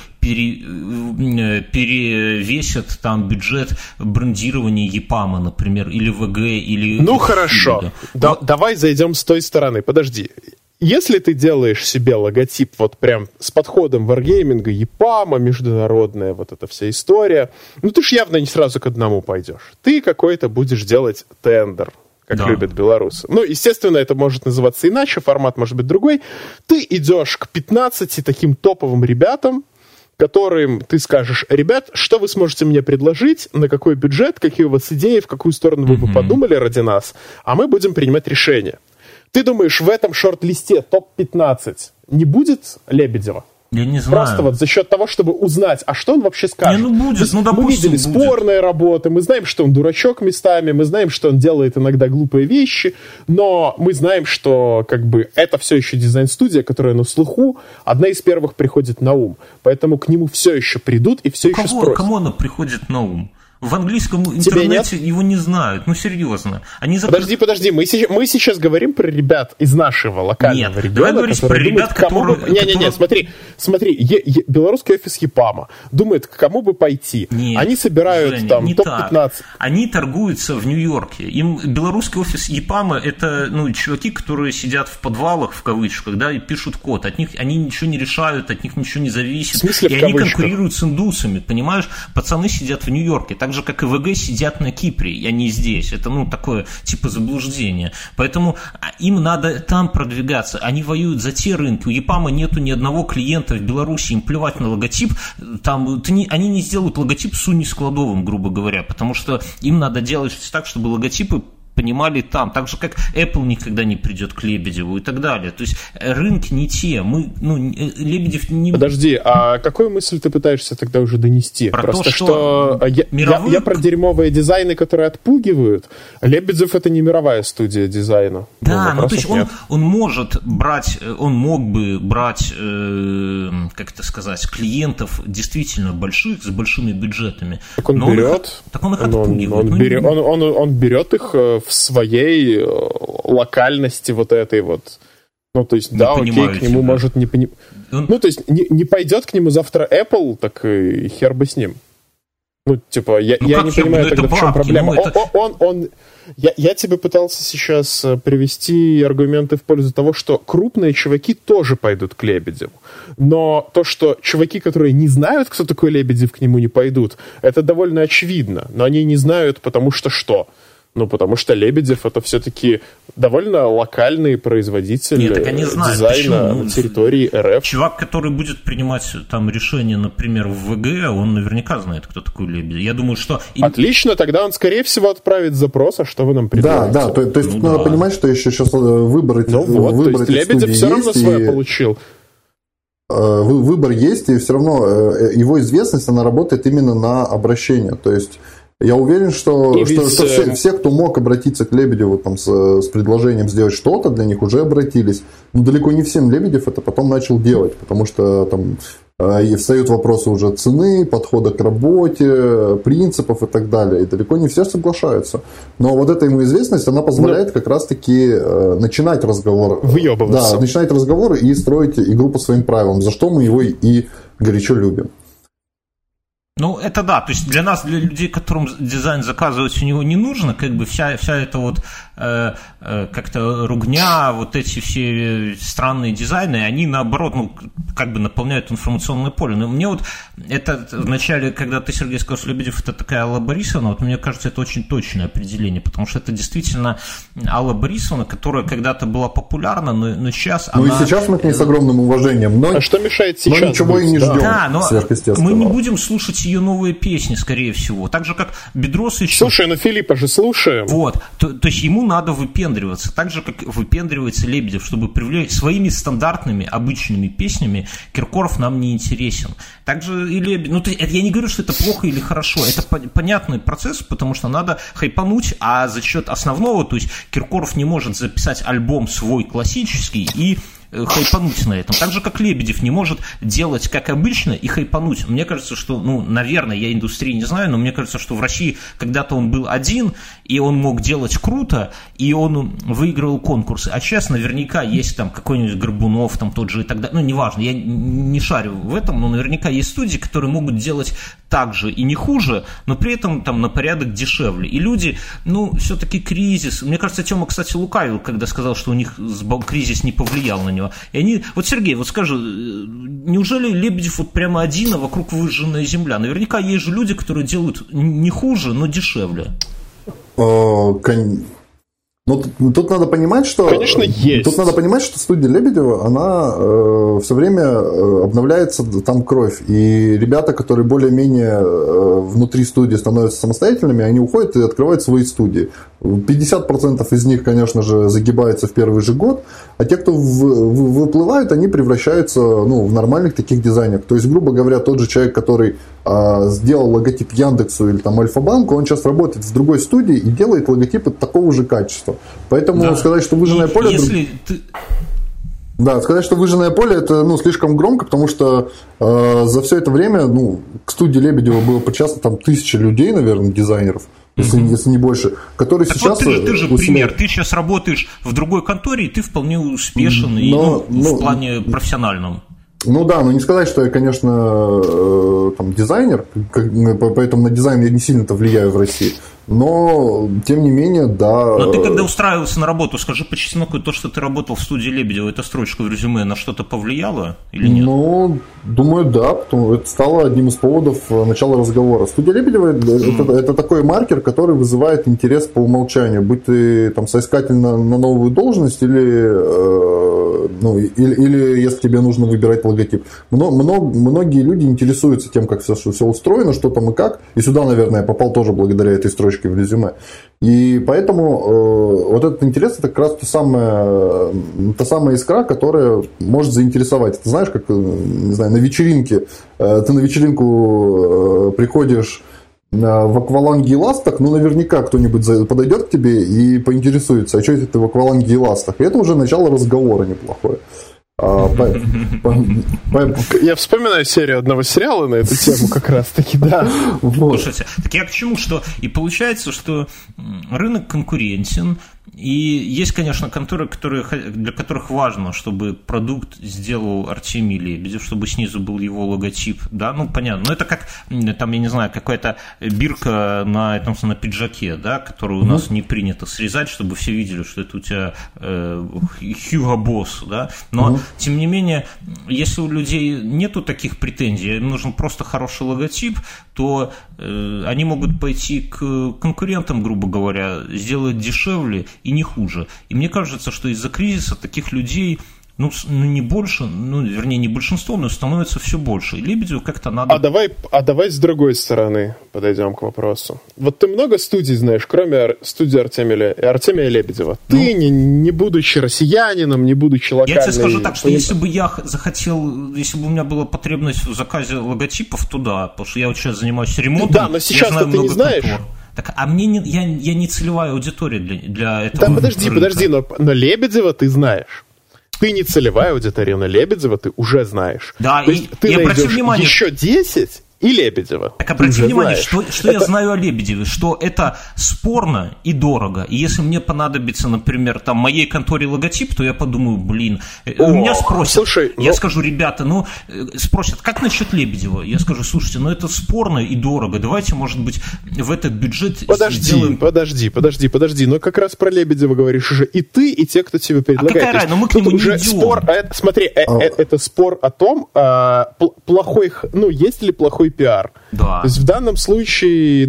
S1: перевесят там бюджет брендирования EPAM, например, или ВГ, или...
S2: Ну хорошо, давай зайдем с той стороны, подожди. Если ты делаешь себе логотип вот прям с подходом варгейминга, EPAM, международная вот эта вся история, ну ты ж явно не сразу к одному пойдешь. Ты какой-то будешь делать тендер, как любят белорусы. Ну, естественно, это может называться иначе, формат может быть другой. Ты идешь к 15 таким топовым ребятам, которым ты скажешь: ребят, что вы сможете мне предложить, на какой бюджет, какие у вас идеи, в какую сторону вы бы подумали ради нас, а мы будем принимать решения. Ты думаешь, в этом шорт-листе топ-15 не будет Лебедева?
S1: Я не знаю.
S2: Просто вот за счет того, чтобы узнать, а что он вообще скажет.
S1: Будет,
S2: мы видели спорные работы, мы знаем, что он дурачок местами, мы знаем, что он делает иногда глупые вещи, но мы знаем, что как бы это все еще дизайн-студия, которая на слуху, одна из первых приходит на ум. Поэтому к нему все еще придут и все еще спросят.
S1: Кому она приходит на ум? В английском интернете его не знают. Ну, серьезно.
S2: Подожди. Мы сейчас говорим про ребят из нашего локального региона.
S1: Давай говорить про ребят, которые...
S2: Смотри. Белорусский офис EPAM думает, к кому бы пойти.
S1: Нет,
S2: они собирают Женя, там топ-15.
S1: Так. Они торгуются в Нью-Йорке. Им белорусский офис EPAM — это чуваки, которые сидят в подвалах, в кавычках, да, и пишут код. От них они ничего не решают, от них ничего не зависит.
S2: В смысле,
S1: и они конкурируют с индусами, понимаешь? Пацаны сидят в Нью-Йорке. Так же, как и ВГ сидят на Кипре, и они здесь. Это, такое, типа, заблуждение. Поэтому им надо там продвигаться. Они воюют за те рынки. У EPAM нету ни одного клиента в Беларуси, им плевать на логотип. Они не сделают логотип с унискладовым, грубо говоря, потому что им надо делать так, чтобы логотипы понимали там, так же, как Apple никогда не придет к Лебедеву и так далее. То есть рынки не те. Лебедев не...
S2: Подожди, а какую мысль ты пытаешься тогда уже донести?
S1: Про
S2: просто
S1: то, что
S2: я про дерьмовые дизайны, которые отпугивают. Лебедев — это не мировая студия дизайна.
S1: Да, то есть он может брать, он мог бы брать, как это сказать, клиентов действительно больших, с большими бюджетами.
S2: Так он берет.
S1: Он их отпугивает.
S2: Он берет их в своей локальности вот этой вот. Ну, то есть, к нему может не понимать. Ну, то есть, не пойдет к нему завтра Apple, так и хер бы с ним. Ну, типа, я не понимаю тогда, в чем проблема. Я тебе пытался сейчас привести аргументы в пользу того, что крупные чуваки тоже пойдут к Лебедеву. Но то, что чуваки, которые не знают, кто такой Лебедев, к нему не пойдут, это довольно очевидно. Но они не знают, потому что что? Потому что Лебедев — это все-таки довольно локальный производитель дизайна на территории РФ.
S1: Чувак, который будет принимать там решения, например, в ВГ, он наверняка знает, кто такой Лебедев. Я думаю, что...
S2: Отлично, тогда он, скорее всего, отправит запрос, а что вы нам предлагаете?
S3: Да, то есть тут надо понимать, что еще сейчас выбрать...
S2: то есть Лебедев все равно свое получил.
S3: Выбор есть, и все равно его известность, она работает именно на обращение. То есть я уверен, что все, кто мог обратиться к Лебедеву там, с предложением сделать что-то, для них уже обратились. Но далеко не всем Лебедев это потом начал делать, потому что там и встают вопросы уже цены, подхода к работе, принципов и так далее. И далеко не все соглашаются. Но вот эта ему известность, она позволяет как раз-таки начинать разговор.
S2: Выебываться.
S3: Да, начинать разговор и строить игру по своим правилам, за что мы его и горячо любим.
S1: Ну, это да, то есть для нас, для людей, которым дизайн заказывать у него не нужно, как бы вся эта вот как-то ругня, вот эти все странные дизайны, они наоборот, ну, как бы наполняют информационное поле. Но мне вот это вначале, когда ты, Сергей, сказал, что Лебедев это такая Алла Борисовна, вот мне кажется, это очень точное определение, потому что это действительно Алла Борисовна, которая когда-то была популярна, но сейчас
S3: она... Ну и сейчас мы к ней с огромным уважением, но...
S2: А что мешает сейчас?
S3: Но ничего и не ждем.
S1: Да, но мы не будем слушать ее новые песни, скорее всего. Так же, как Бедрос еще...
S2: Слушай, ну Филиппа же слушаем.
S1: Вот. То есть ему надо выпендриваться. Так же, как выпендривается Лебедев, чтобы привлечь своими стандартными, обычными песнями. Киркоров нам не интересен. Также и Лебедев... Ну, я не говорю, что это плохо или хорошо. Это понятный процесс, потому что надо хайпануть, а за счет основного, то есть Киркоров не может записать альбом свой классический и хайпануть на этом. Так же, как Лебедев не может делать как обычно и хайпануть. Мне кажется, что, ну, наверное, я индустрии не знаю, но мне кажется, что в России когда-то он был один, и он мог делать круто, и он выигрывал конкурсы. А сейчас наверняка есть там какой-нибудь Горбунов, там тот же и так далее. Ну, неважно, я не шарю в этом, но наверняка есть студии, которые могут делать так же и не хуже, но при этом там на порядок дешевле. И люди, ну, все-таки кризис. Мне кажется, Тёма, кстати, лукавил, когда сказал, что у них кризис не повлиял на него. И они... Вот, Сергей, вот скажи, неужели Лебедев вот прямо один, а вокруг выжженная земля? Наверняка есть же люди, которые делают не хуже, но дешевле.
S3: Ну, тут надо понимать, что...
S2: Конечно, есть.
S3: Тут надо понимать, что студия Лебедева, она все время обновляется, там кровь. И ребята, которые более-менее внутри студии становятся самостоятельными, они уходят и открывают свои студии. 50% из них, конечно же, загибаются в первый же год, а те, кто выплывают, они превращаются, ну, в нормальных таких дизайнеров. То есть, грубо говоря, тот же человек, который сделал логотип Яндексу или там Альфа-банку, он сейчас работает в другой студии и делает логотипы такого же качества. Поэтому сказать, что выжженное поле... Да, сказать, что выжженное поле, это, ну, слишком громко, потому что за все это время, ну, к студии Лебедева было причастно там 1000 людей, наверное, дизайнеров, если не больше, которые так сейчас...
S1: Вот ты же пример, ты сейчас работаешь в другой конторе, и ты вполне успешен в плане профессиональном.
S3: Ну да, но не сказать, что я, конечно, там, дизайнер, поэтому на дизайн я не сильно-то влияю в России. Но, тем не менее, да.
S1: Но ты когда устраивался на работу, скажи по чесноку, то, что ты работал в студии Лебедева, эта строчка в резюме на что-то повлияла или нет?
S3: Ну, думаю, да, потому это стало одним из поводов начала разговора. Студия Лебедева это такой маркер, который вызывает интерес по умолчанию. Будь ты там соискатель на новую должность или если тебе нужно выбирать логотип. Многие люди интересуются тем, как все устроено, что там и как. И сюда, наверное, я попал тоже благодаря этой строчке в резюме. И поэтому вот этот интерес — это как раз та самая искра, которая может заинтересовать. Ты знаешь, как, не знаю, на вечеринке, ты на вечеринку приходишь в акваланге и ластах, ну, наверняка кто-нибудь подойдет к тебе и поинтересуется, а что это ты в акваланге и ластах? И это уже начало разговора неплохое.
S2: Я вспоминаю серию одного сериала на эту тему как раз-таки, да.
S1: Слушайте, так я к чему, что и получается, что рынок конкурентен, и есть, конечно, конторы, для которых важно, чтобы продукт сделал Артемий Лебедев, чтобы снизу был его логотип, да, ну, понятно, но это как, там, я не знаю, какая-то бирка на пиджаке, да, которую у нас не принято срезать, чтобы все видели, что это у тебя Hugo Boss, да, но, тем не менее, если у людей нету таких претензий, им нужен просто хороший логотип, то они могут пойти к конкурентам, грубо говоря, сделать дешевле и не хуже. И мне кажется, что из-за кризиса таких людей, не больше, вернее, не большинство, но становится все больше. И Лебедеву как-то надо...
S2: А давай с другой стороны подойдем к вопросу. Вот ты много студий знаешь, кроме студии Артемия Лебедева. Ты, не будучи россиянином, не будучи локальным...
S1: Я тебе скажу так, что если бы я захотел, если бы у меня была потребность в заказе логотипов, то да, потому что я вот сейчас занимаюсь ремонтом.
S2: Да, но сейчас ты не знаешь...
S1: Так, а я не целевая аудитория для этого.
S2: Да, подожди, но Лебедева ты знаешь. Ты не целевая аудитория, но Лебедева ты уже знаешь.
S1: Да,
S2: то есть ты найдешь еще 10, и Лебедева.
S1: Так обрати внимание, что я знаю о Лебедеве, что это спорно и дорого. И если мне понадобится, например, там моей конторе логотип, то я подумаю, меня спросят,
S2: слушай,
S1: я скажу, ребята, спросят, как насчет Лебедева? Я скажу, слушайте, это спорно и дорого, давайте, может быть, в этот бюджет сделаем...
S2: Подожди, но как раз про Лебедева говоришь уже и ты, и те, кто тебе предлагает.
S1: А какая разница? Мы к нему не идем.
S2: Спор, смотри, это спор о том, есть ли плохой пиар.
S1: Да.
S2: То есть в данном случае,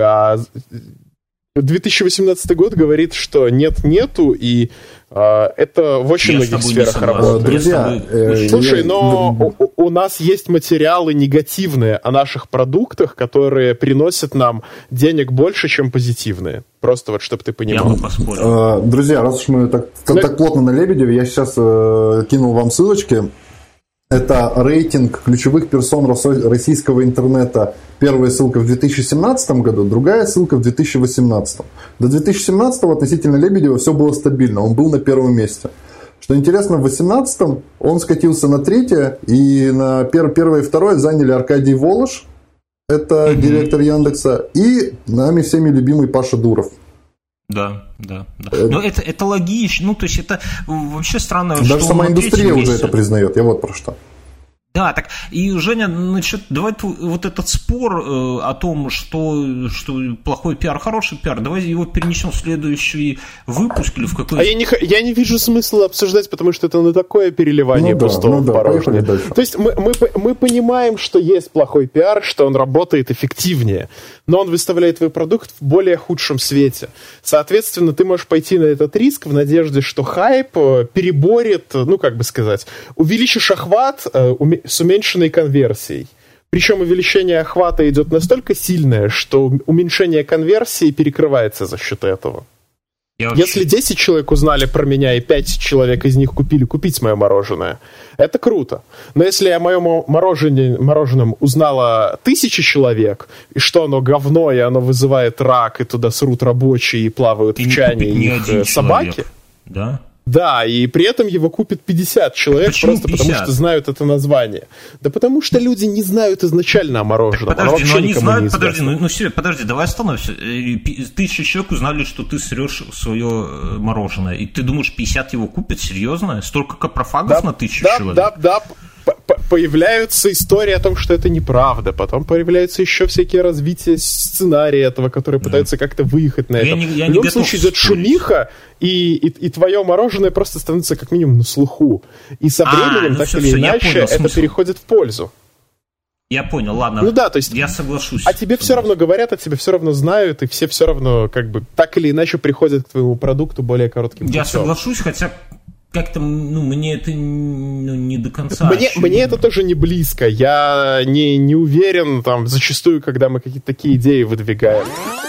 S2: 2018 год говорит, что нету, и это в очень многих сферах работает.
S3: Друзья,
S2: слушай, но у нас есть материалы негативные о наших продуктах, которые приносят нам денег больше, чем позитивные. Просто чтобы ты понимал.
S1: Я бы поспорил.
S3: Друзья, раз уж мы так плотно на Лебедеве, я сейчас кинул вам ссылочки. Это рейтинг ключевых персон российского интернета. Первая ссылка в 2017 году, другая ссылка в 2018. До 2017 относительно Лебедева все было стабильно, он был на первом месте. Что интересно, в 2018 он скатился на третье, и на первое и второе заняли Аркадий Волош, это директор Яндекса, и нами всеми любимый Паша Дуров.
S1: Да. Но это логично, то есть это вообще странно, что
S3: даже сама индустрия уже это признает, я вот про что.
S1: Да, так, и, Женя, давай вот этот спор о том, что плохой пиар, хороший пиар, давай его перенесем в следующий выпуск или в какой-то...
S2: Я не вижу смысла обсуждать, потому что это такое переливание пустого в порожнее. То есть мы понимаем, что есть плохой пиар, что он работает эффективнее, но он выставляет твой продукт в более худшем свете. Соответственно, ты можешь пойти на этот риск в надежде, что хайп переборет, увеличишь охват с уменьшенной конверсией. Причем увеличение охвата идет настолько сильное, что уменьшение конверсии перекрывается за счет этого. Если 10 человек узнали про меня, и 5 человек из них купить мое мороженое, это круто. Но если о моем мороженом узнало 1000 человек, и что оно говно, и оно вызывает рак, и туда срут рабочие, и плавают в чане их собаки...
S1: Да?
S2: Да, и при этом его купит 50 человек, просто 50? Потому что знают это название. Да потому что люди не знают изначально о мороженом.
S1: Подожди, давай остановимся. 1000 человек узнали, что ты срешь свое мороженое. И ты думаешь, 50 его купят? Серьезно? Столько капрофагов на 1000 человек?
S2: Да. Появляются истории о том, что это неправда. Потом появляются еще всякие развития сценария этого, которые пытаются как-то выехать на это. В любом случае идет шумиха, и твое мороженое просто становится как минимум на слуху. И со временем, или иначе, это переходит в пользу.
S1: Я понял, ладно.
S2: То есть
S1: я соглашусь.
S2: А тебе все равно говорят, а тебе все равно знают, и все равно так или иначе приходят к твоему продукту более коротким путем.
S1: Я соглашусь, хотя... Как-то, мне это не до конца.
S2: Мне это тоже не близко. Я не уверен, зачастую, когда мы какие-то такие идеи выдвигаем.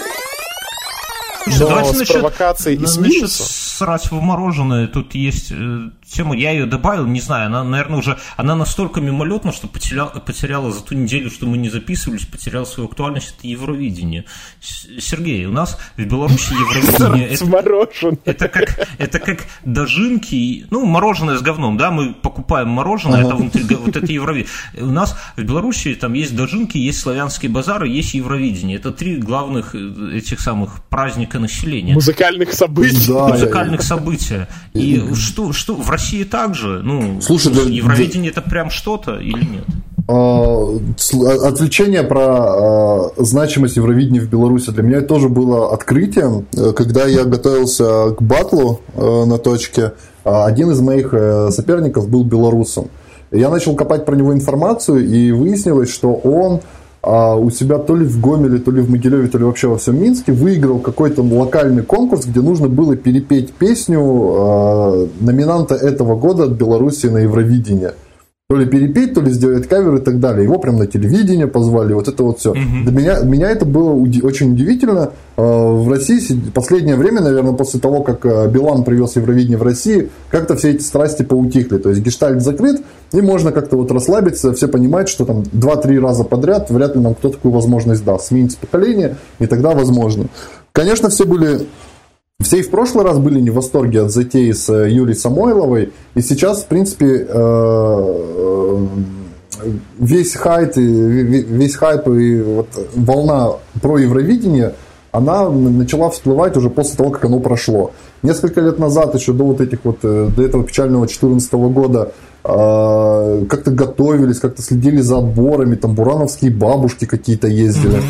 S1: Давайте
S2: с провокацией и с минусом.
S1: Срать в мороженое, тут есть тема, я ее добавил, не знаю, она, наверное, она настолько мимолетна, что потеряла за ту неделю, что мы не записывались, потеряла свою актуальность, это Евровидение. Сергей, у нас в Беларуси Евровидение это как дожинки, мороженое с говном, да, мы покупаем мороженое, это внутри, вот это Евровидение. У нас в Беларуси там есть дожинки, есть славянские базары, есть Евровидение. Это 3 главных этих самых праздника населения.
S2: Музыкальных событий.
S3: Да,
S1: музыкальных событий. И что в России также?
S3: Слушай,
S1: Евровидение это прям что-то или нет?
S3: Отвлечение про значимость Евровидения в Беларуси для меня тоже было открытием. Когда я готовился к баттлу на точке, один из моих соперников был белорусом. Я начал копать про него информацию, и выяснилось, что он у себя то ли в Гомеле, то ли в Могилеве, то ли вообще во всем Минске выиграл какой-то локальный конкурс, где нужно было перепеть песню номинанта этого года от Беларуси на Евровидение. То ли перепеть, то ли сделать кавер и так далее. Его прям на телевидение позвали, вот это вот все. Для меня это было очень удивительно. В России в последнее время, наверное, после того, как Билан привез Евровидение в Россию, как-то все эти страсти поутихли. То есть гештальт закрыт, и можно как-то вот расслабиться, все понимают, что там 2-3 раза подряд вряд ли нам кто такую возможность даст. Сменить поколение, и тогда возможно. Конечно, все и в прошлый раз были не в восторге от затеи с Юлией Самойловой, и сейчас, в принципе, весь хайп и вот волна про Евровидение, она начала всплывать уже после того, как оно прошло. Несколько лет назад, еще до вот этих вот, до этого печального 2014 года, как-то готовились, как-то следили за отборами, там бурановские бабушки какие-то ездили.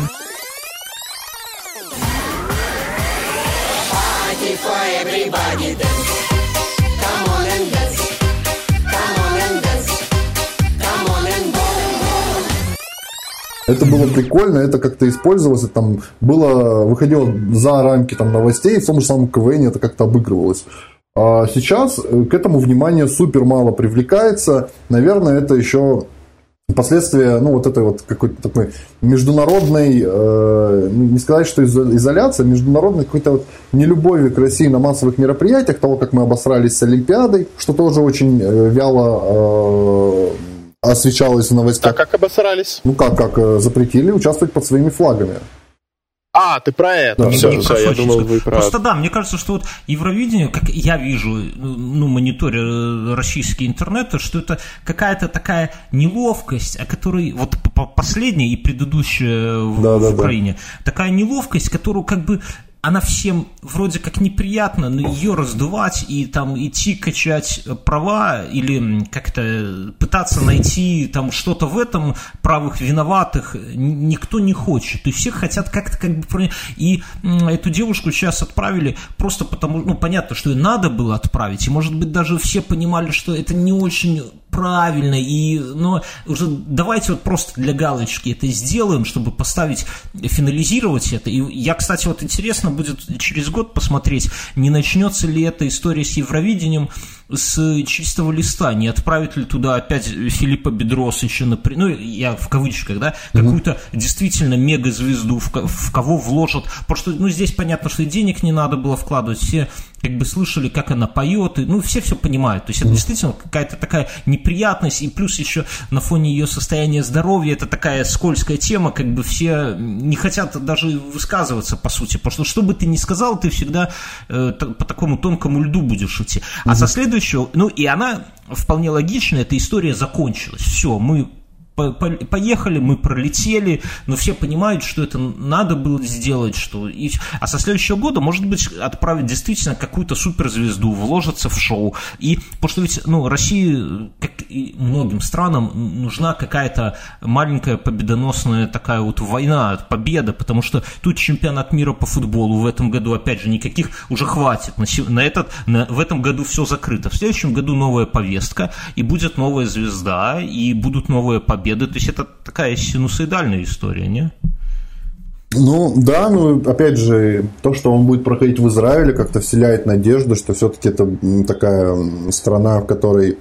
S3: Это было прикольно, это как-то использовалось, это там выходило за рамки там, новостей, в том же самом КВН это как-то обыгрывалось. А сейчас к этому внимание супер мало привлекается. Наверное, это еще последствия, ну, вот этой вот какой-то такой международной, не сказать, что изоляция, международной какой-то вот нелюбови к России на массовых мероприятиях, того, как мы обосрались с Олимпиадой, что тоже очень вяло освещалось в новостях.
S2: А как обосрались?
S3: Ну как запретили участвовать под своими флагами.
S2: А, ты про это.
S3: Да,
S2: все, я думал, вы про...
S1: Просто да, мне кажется, что вот Евровидение, как я вижу, ну, мониторя российские интернеты, что это какая-то такая неловкость, о которой вот последняя и предыдущая в Украине, такая неловкость, которую как бы она всем вроде как неприятна, но ее раздувать и там идти качать права или как-то пытаться найти там что-то в этом правых виноватых никто не хочет. То есть все хотят как-то как бы... И эту девушку сейчас отправили просто потому, ну понятно, что ее надо было отправить, и может быть даже все понимали, что это не очень правильно, но уже давайте вот просто для галочки это сделаем, чтобы поставить, финализировать это. И я, кстати, вот интересно будет через год посмотреть, не начнется ли эта история с Евровидением с чистого листа, не отправит ли туда опять Филиппа Бедросовича, ну, я в кавычках, да, какую-то действительно мегазвезду, в кого вложат, потому что, ну, здесь понятно, что и денег не надо было вкладывать, все как бы слышали, как она поет, и, ну, все понимают, то есть это действительно какая-то такая неприятность, и плюс еще на фоне ее состояния здоровья, это такая скользкая тема, как бы все не хотят даже высказываться, по сути, потому что бы ты ни сказал, ты всегда по такому тонкому льду будешь идти, а со следующего, ну, и она вполне логично, эта история закончилась, все, мы поехали, мы пролетели, но все понимают, что это надо было сделать, а со следующего года, может быть, отправить действительно какую-то суперзвезду, вложиться в шоу, и потому что ведь, ну, России, как и многим странам, нужна какая-то маленькая победоносная такая вот война, победа, потому что тут чемпионат мира по футболу в этом году, опять же, никаких уже хватит, в этом году все закрыто, в следующем году новая повестка, и будет новая звезда, и будут новые победы. То есть это такая синусоидальная история, не?
S3: Ну, да, опять же, то, что он будет проходить в Израиле, как-то вселяет надежду, что все-таки это такая страна, в которой,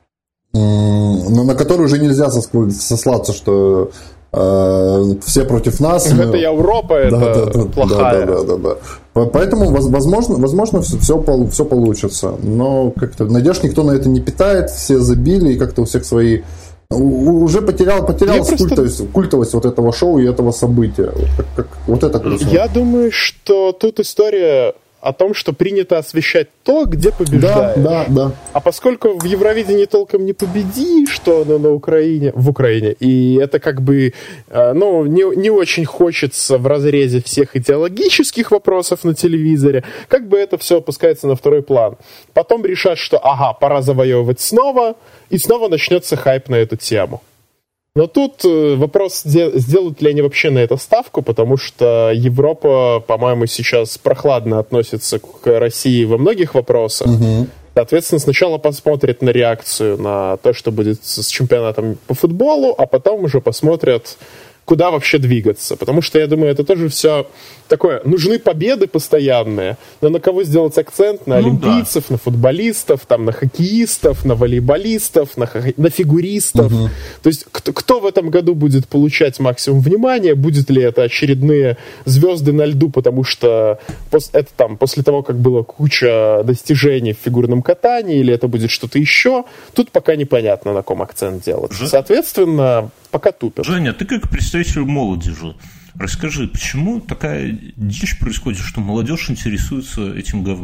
S3: на которую уже нельзя сослаться, что все против нас.
S2: Это Европа, это плохая.
S3: Да. Поэтому, возможно, все получится. Но как-то надежд никто на это не питает, все забили, и как-то у всех свои... Уже потерял культовость вот этого шоу и этого события. Вот это грустно.
S2: Я думаю, что тут история о том, что принято освещать то, где побеждаешь.
S3: Да.
S2: А поскольку в Евровидении толком не победишь, что оно в Украине, и это как бы, не очень хочется в разрезе всех идеологических вопросов на телевизоре, как бы это все опускается на второй план. Потом решат, что пора завоевывать снова, и снова начнется хайп на эту тему. Но тут вопрос, сделают ли они вообще на это ставку, потому что Европа, по-моему, сейчас прохладно относится к России во многих вопросах. Угу. Соответственно, сначала посмотрят на реакцию на то, что будет с чемпионатом по футболу, а потом уже посмотрят, куда вообще двигаться. Потому что, я думаю, это тоже все такое... Нужны победы постоянные, но на кого сделать акцент? На олимпийцев, на футболистов, там, на хоккеистов, на волейболистов, на фигуристов. Угу. То есть кто в этом году будет получать максимум внимания? Будет ли это очередные звезды на льду? Потому что это там после того, как было куча достижений в фигурном катании, или это будет что-то еще? Тут пока непонятно, на ком акцент делать. Соответственно, пока тупят.
S1: Женя, ты как представитель молодежи, расскажи, почему такая дичь происходит, что молодежь интересуется этим говном?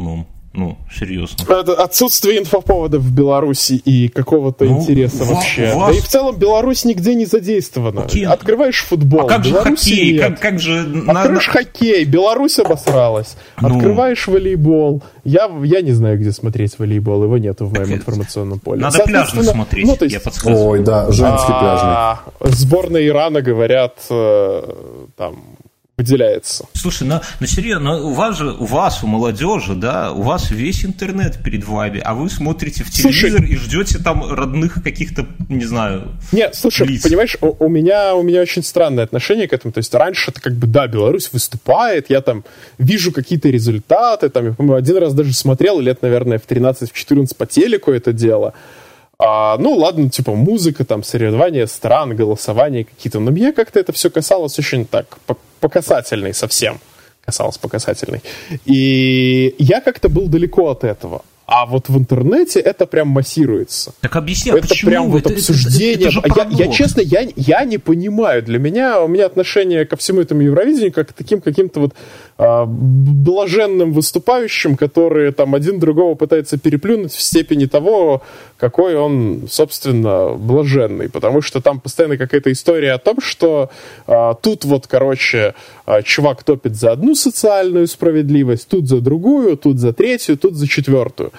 S1: Ну, серьезно.
S2: Это отсутствие инфоповодов в Беларуси и какого-то интереса вообще. Да и в целом Беларусь нигде не задействована. Открываешь футбол.
S1: А как же хоккей? Как же...
S2: Открываешь хоккей, Беларусь обосралась. Открываешь волейбол. Я не знаю, где смотреть волейбол, его нету в моем информационном поле.
S1: Надо пляжный смотреть,
S2: ну, то есть,
S1: я подсказываю.
S3: Ой, да, женский пляжный.
S2: Сборная Ирана, говорят, там... выделяется.
S1: Слушай, на серьезно, у вас, у молодежи, да, у вас весь интернет перед вами, а вы смотрите в телевизор и ждете там родных каких-то, не знаю,
S2: Нет, слушай,
S1: лиц.
S2: Понимаешь, у меня очень странное отношение к этому. То есть раньше это как бы, да, Беларусь выступает, я там вижу какие-то результаты, там, я помню, один раз даже смотрел, лет, наверное, в 13-14 по телеку это дело. Ну, ладно, типа музыка, там, соревнования стран, голосования какие-то. Но меня как-то это все касалось очень так, по касательной совсем. Касалось по касательной. И я как-то был далеко от этого. А вот в интернете это прям массируется.
S1: Так объясни,
S2: это
S1: почему?
S2: Прям вот обсуждение. Я честно, я не понимаю. У меня отношение ко всему этому Евровидению как к таким каким-то вот блаженным выступающим, которые там один другого пытаются переплюнуть в степени того, какой он, собственно, блаженный. Потому что там постоянно какая-то история о том, что тут вот, короче, чувак топит за одну социальную справедливость, тут за другую, тут за третью, тут за четвертую.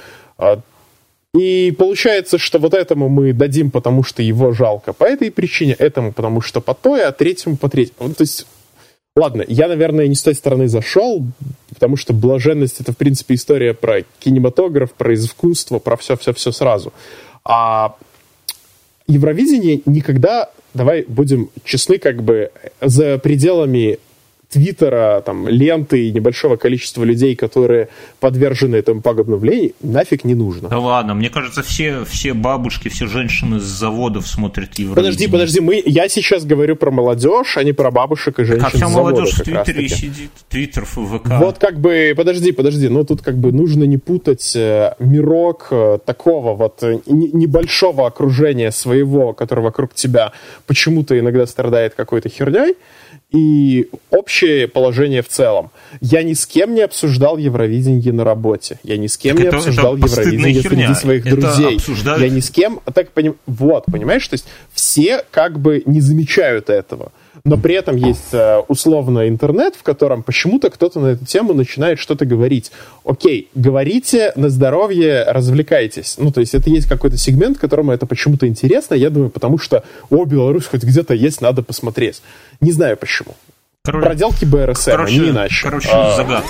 S2: И получается, что вот этому мы дадим, потому что его жалко по этой причине, этому потому что по той, а третьему по третьей. То есть, ладно, я, наверное, не с той стороны зашел, потому что блаженность — это, в принципе, история про кинематограф, про искусство, про все-все-все сразу. А Евровидение никогда, давай будем честны, как бы за пределами Твиттера, там, ленты и небольшого количества людей, которые подвержены этому пагубному влиянию, нафиг не нужно.
S1: Да ладно, мне кажется, все бабушки, все женщины с заводов смотрят Евровидение.
S2: Подожди, я сейчас говорю про молодежь, а не про бабушек и женщин с заводов.
S1: Как вся молодежь в Твиттере сидит, Твиттер, ВК.
S2: Вот как бы, подожди, но тут как бы нужно не путать мирок такого вот небольшого окружения своего, которое вокруг тебя почему-то иногда страдает какой-то херней, и общее положение в целом. Я ни с кем не обсуждал Евровидение на работе. Я ни с кем не обсуждал Евровидение среди своих друзей. Я ни с кем... Вот, понимаешь? То есть все как бы не замечают этого. Но при этом есть условно интернет, в котором почему-то кто-то на эту тему начинает что-то говорить. Окей, говорите на здоровье, развлекайтесь. Ну, то есть это есть какой-то сегмент, которому это почему-то интересно. Я думаю, потому что, Беларусь хоть где-то есть, надо посмотреть. Не знаю почему. Проделки БРСМ, не иначе.
S1: Загадка.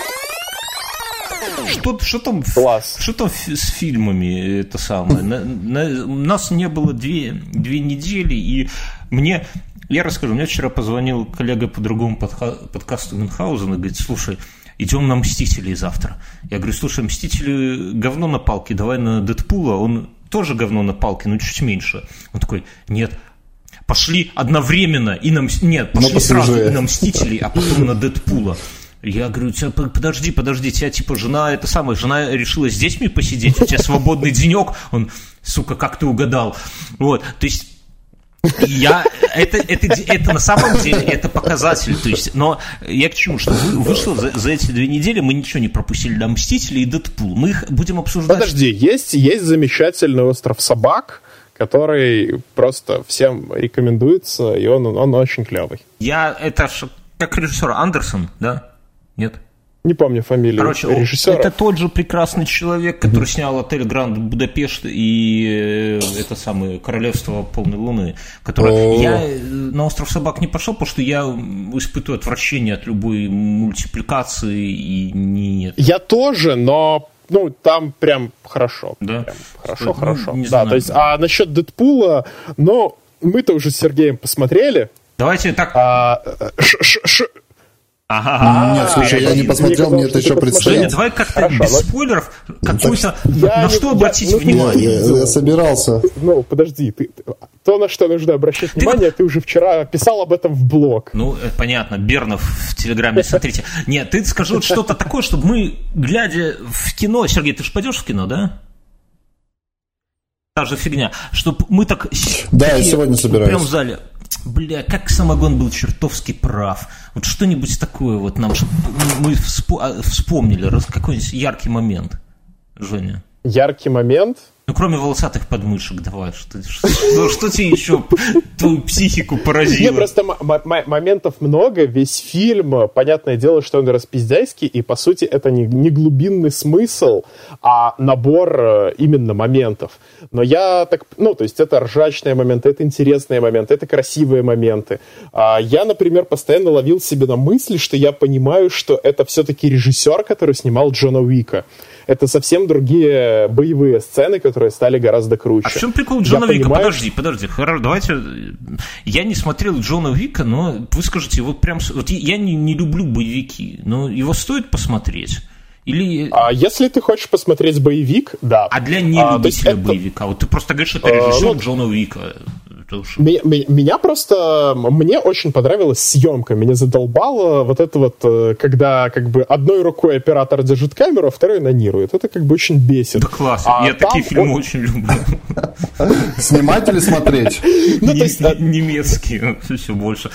S1: Что там с фильмами это самое? У нас не было две недели, и я расскажу, мне вчера позвонил коллега по другому подкасту Мюнхгаузен и говорит: слушай, идем на «Мстителей» завтра. Я говорю: слушай, «Мстители» говно на палке, давай на «Дэдпула», он тоже говно на палке, но чуть меньше. Он такой: нет, пошли одновременно, пошли сразу и на «Мстителей», а потом на «Дэдпула». Я говорю: подожди, тебя типа жена решила с детьми посидеть, у тебя свободный денек. Он: сука, как ты угадал? Вот, то есть это на самом деле это показатель, то есть, но я к чему, что вышло за эти 2 недели, мы ничего не пропустили на «Мстители» и «Дэдпул», мы их будем обсуждать.
S2: Подожди, есть замечательный «Остров собак», который просто всем рекомендуется, и он очень клевый.
S1: Это как режиссер Андерсон, да? Нет?
S2: Не помню фамилию режиссера.
S1: Это тот же прекрасный человек, который снял «Отель Гранд Будапешт» и это самое «Королевство полной луны», которое... Я на «Остров собак» не пошел, потому что я испытываю отвращение от любой мультипликации и нет.
S2: Я тоже, но там прям хорошо.
S1: Да?
S2: Прям хорошо. Да, то есть, а насчет «Дэдпула», мы-то уже с Сергеем посмотрели.
S1: Давайте так...
S3: Нет, слушай, я не посмотрел, мне это еще предстоит.
S1: Женя, давай как-то без спойлеров какой-то... На что обратить внимание?
S3: Я собирался.
S2: Подожди, то, на что нужно обращать внимание, ты уже вчера писал об этом в блог.
S1: Понятно, Бернов в Телеграме, смотрите. Нет, ты скажи что-то такое, чтобы мы, глядя в кино... Сергей, ты же пойдешь в кино, да? та же фигня. Чтоб мы так...
S3: Да, я сегодня собираюсь.
S1: Прям в зале... Бля, как Самогон был чертовски прав. Вот что-нибудь такое вот нам, чтобы мы вспомнили. Какой-нибудь яркий момент, Женя.
S2: Яркий момент?
S1: Ну, кроме волосатых подмышек, давай. Что тебе еще твою психику поразило?
S2: Нет, просто моментов много. Весь фильм, понятное дело, что он распиздяйский, и, по сути, это не глубинный смысл, а набор именно моментов. Но я так... Ну, то есть это ржачные моменты, это интересные моменты, это красивые моменты. Я, например, постоянно ловил себе на мысли, что я понимаю, что это все-таки режиссер, который снимал Джона Уика. Это совсем другие боевые сцены, которые стали гораздо круче.
S1: А в чем прикол Джона Уика? Подожди. Давайте... Я не смотрел Джона Уика, но вы скажите, вот прям... Вот я не люблю боевики, но его стоит посмотреть? Или...
S2: если ты хочешь посмотреть боевик, да.
S1: А для нелюбителя боевика? Вот ты просто говоришь, что это режиссер Джона Уика.
S2: Меня просто... Мне очень понравилась съемка. Меня задолбало вот это вот, когда как бы одной рукой оператор держит камеру, а второй анонирует. Это как бы очень бесит.
S1: Да классно. Я такие фильмы очень люблю.
S3: Снимать или смотреть?
S1: Немецкие. Все больше.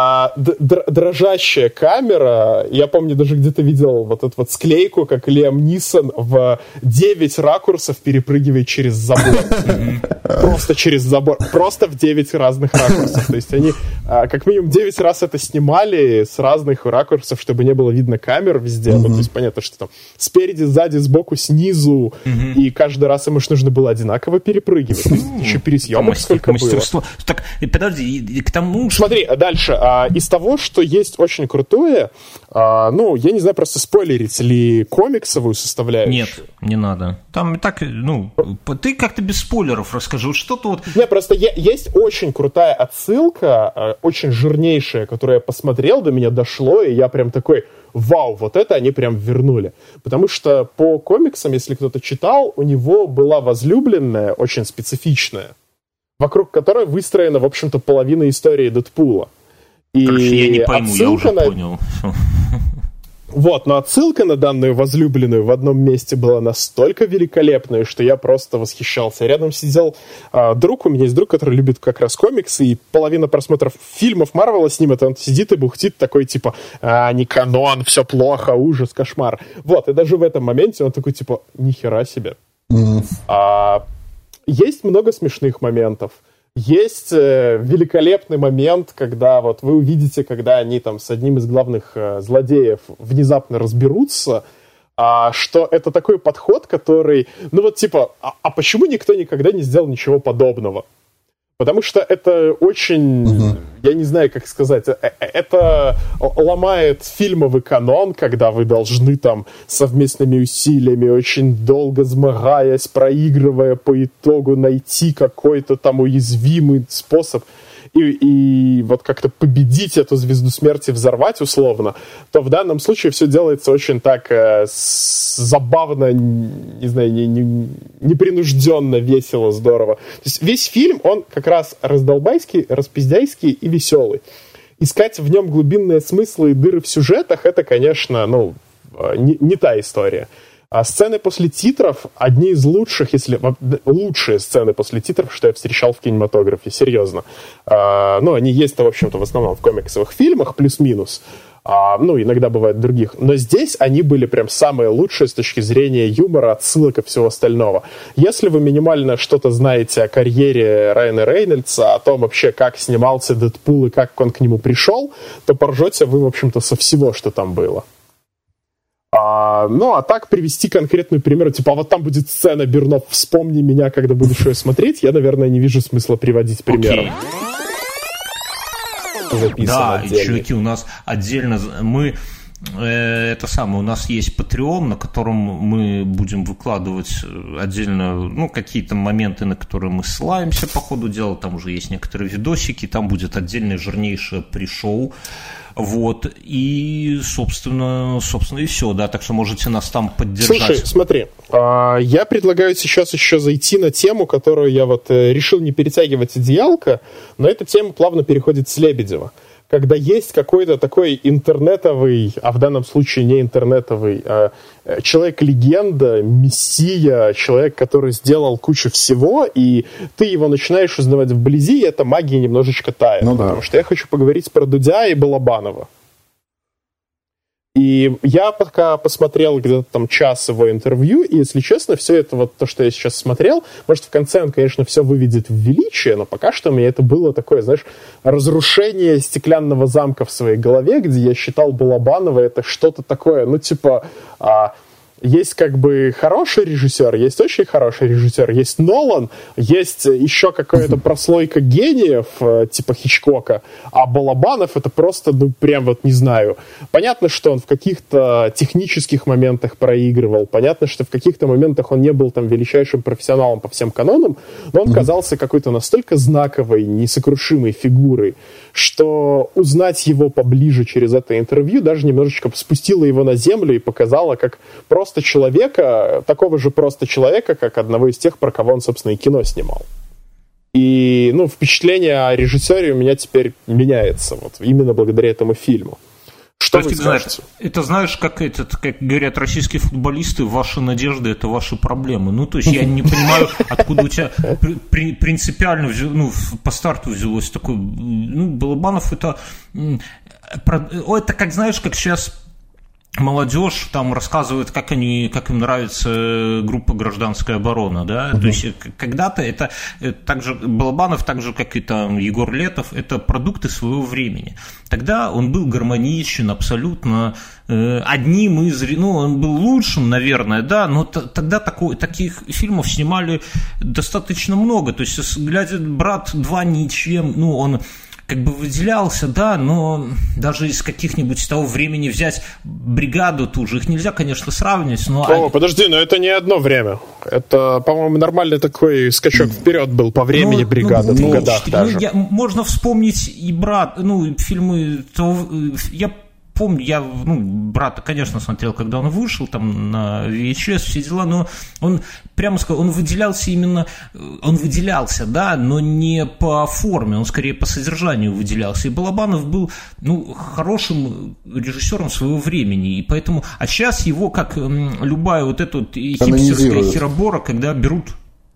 S2: Дрожащая камера. Я помню, даже где-то видел вот эту вот склейку, как Лиам Нисон в 9 ракурсов перепрыгивает через забор. Просто через забор. Просто в 9 разных ракурсов. То есть они как минимум 9 раз это снимали с разных ракурсов, чтобы не было видно камер везде. Ну, то есть понятно, что там спереди, сзади, сбоку, снизу. И каждый раз ему же нужно было одинаково перепрыгивать. То есть еще пересъемок сколько
S1: мастерство.
S2: было.
S1: Так, подожди, к тому...
S2: Смотри, дальше. Из того, что есть очень крутое, ну, я не знаю, просто спойлерить ли комиксовую составляющую.
S1: Нет, не надо. Там и так, ну, ты как-то без спойлеров расскажи. Вот что-то вот...
S2: Не, просто есть очень крутая отсылка, очень жирнейшая, которую я посмотрел, до меня дошло, и я прям такой, вау, вот это они прям вернули. Потому что по комиксам, если кто-то читал, у него была возлюбленная, очень специфичная, вокруг которой выстроена, в общем-то, половина истории Дэдпула. И
S1: короче, я не пойму, я уже понял.
S2: Вот, но отсылка на данную возлюбленную в одном месте была настолько великолепная, что я просто восхищался. Рядом сидел друг, у меня есть друг, который любит как раз комиксы, и половина просмотров фильмов Марвела с ним, это он сидит и бухтит такой, типа, не канон, все плохо, ужас, кошмар. Вот, и даже в этом моменте он такой, типа, нихера себе. Есть много смешных моментов. Есть великолепный момент, когда вот вы увидите, когда они там с одним из главных злодеев внезапно разберутся, что это такой подход, который, ну вот типа, а почему никто никогда не сделал ничего подобного? Потому что это очень, я не знаю, как сказать, это ломает фильмовый канон, когда вы должны там совместными усилиями, очень долго змагаясь, проигрывая по итогу, найти какой-то там уязвимый способ и вот как-то победить эту звезду смерти, взорвать условно, то в данном случае все делается очень так забавно, не знаю, непринужденно, весело, здорово. То есть весь фильм, он как раз раздолбайский, распиздяйский и веселый. Искать в нем глубинные смыслы и дыры в сюжетах, это, конечно, ну, не та история. А сцены после титров одни из лучших, если лучшие сцены после титров, что я встречал в кинематографе, серьезно. Ну, они есть-то, в общем-то, в основном в комиксовых фильмах, плюс-минус. Ну, иногда бывает других. Но здесь они были прям самые лучшие с точки зрения юмора, отсылок и всего остального. Если вы минимально что-то знаете о карьере Райана Рейнольдса, о том вообще, как снимался Дэдпул и как он к нему пришел, то поржете вы, в общем-то, со всего, что там было. Ну, а так привести конкретный пример, типа, вот там будет сцена, Бернов, вспомни меня, когда будешь ее смотреть, я, наверное, не вижу смысла приводить примеры.
S1: Да, и, чуваки, у нас отдельно, у нас есть Patreon, на котором мы будем выкладывать отдельно, ну, какие-то моменты, на которые мы ссылаемся по ходу дела, там уже есть некоторые видосики, там будет отдельное жирнейшее пришоу. Вот, и, собственно, и все, да, так что можете нас там поддержать.
S2: Слушай, смотри, я предлагаю сейчас еще зайти на тему, которую я вот решил не перетягивать одеялко, но эта тема плавно переходит с Лебедева. когда есть какой-то такой интернетовый, а в данном случае не интернетовый, человек-легенда, мессия, человек, который сделал кучу всего, и ты его начинаешь узнавать вблизи, и эта магия немножечко тает. Ну, да. Потому что я хочу поговорить про Дудя и Балабанова. И я пока посмотрел где-то там час его интервью, и, если честно, все это вот то, что я сейчас смотрел, может, в конце он, конечно, все выведет в величие, но пока что у меня это было такое, знаешь, разрушение стеклянного замка в своей голове, где я считал Балабанова это что-то такое, ну, типа... Есть как бы хороший режиссер, есть очень хороший режиссер, есть Нолан, есть еще какая-то прослойка гениев, типа Хичкока, а Балабанов это просто, ну, прям вот не знаю. Понятно, что он в каких-то технических моментах проигрывал, понятно, что в каких-то моментах он не был там величайшим профессионалом по всем канонам, но он казался какой-то настолько знаковой, несокрушимой фигурой, что узнать его поближе через это интервью даже немножечко спустило его на землю и показало, как просто человека, такого же просто человека, как одного из тех, про кого он, собственно, и кино снимал. И, ну, впечатление о режиссере у меня теперь меняется, вот, именно благодаря этому фильму. Что вы скажете?
S1: Это знаешь, как говорят российские футболисты, ваши надежды – это ваши проблемы. Ну, то есть я не понимаю, откуда у тебя принципиально, ну, по старту взялось такое. Ну, Балабанов это как, знаешь, как сейчас молодежь там рассказывает, как им нравится группа «Гражданская оборона», да, то есть когда-то это также Балабанов, так же, как и там Егор Летов, это продукты своего времени. Тогда он был гармоничен абсолютно, одним из, ну, он был лучшим, наверное, да, но тогда таких фильмов снимали достаточно много, то есть, глядя «Брат 2» ничем, ну, он как бы выделялся, да, но даже из каких-нибудь того времени взять «Бригаду» ту же, их нельзя, конечно, сравнивать, но...
S2: Подожди, но это не одно время. Это, по-моему, нормальный такой скачок вперед был по времени «Бригады» в годах даже.
S1: Можно вспомнить и «Брат», ну, фильмы... Я помню, я «Брата», конечно, смотрел, когда он вышел, там, на VHS, все дела, но он, прямо сказал, он выделялся, да, но не по форме, он скорее по содержанию выделялся. И Балабанов был, ну, хорошим режиссером своего времени, и поэтому... А сейчас его, как любая вот эта вот хипстерская херобора, когда берут...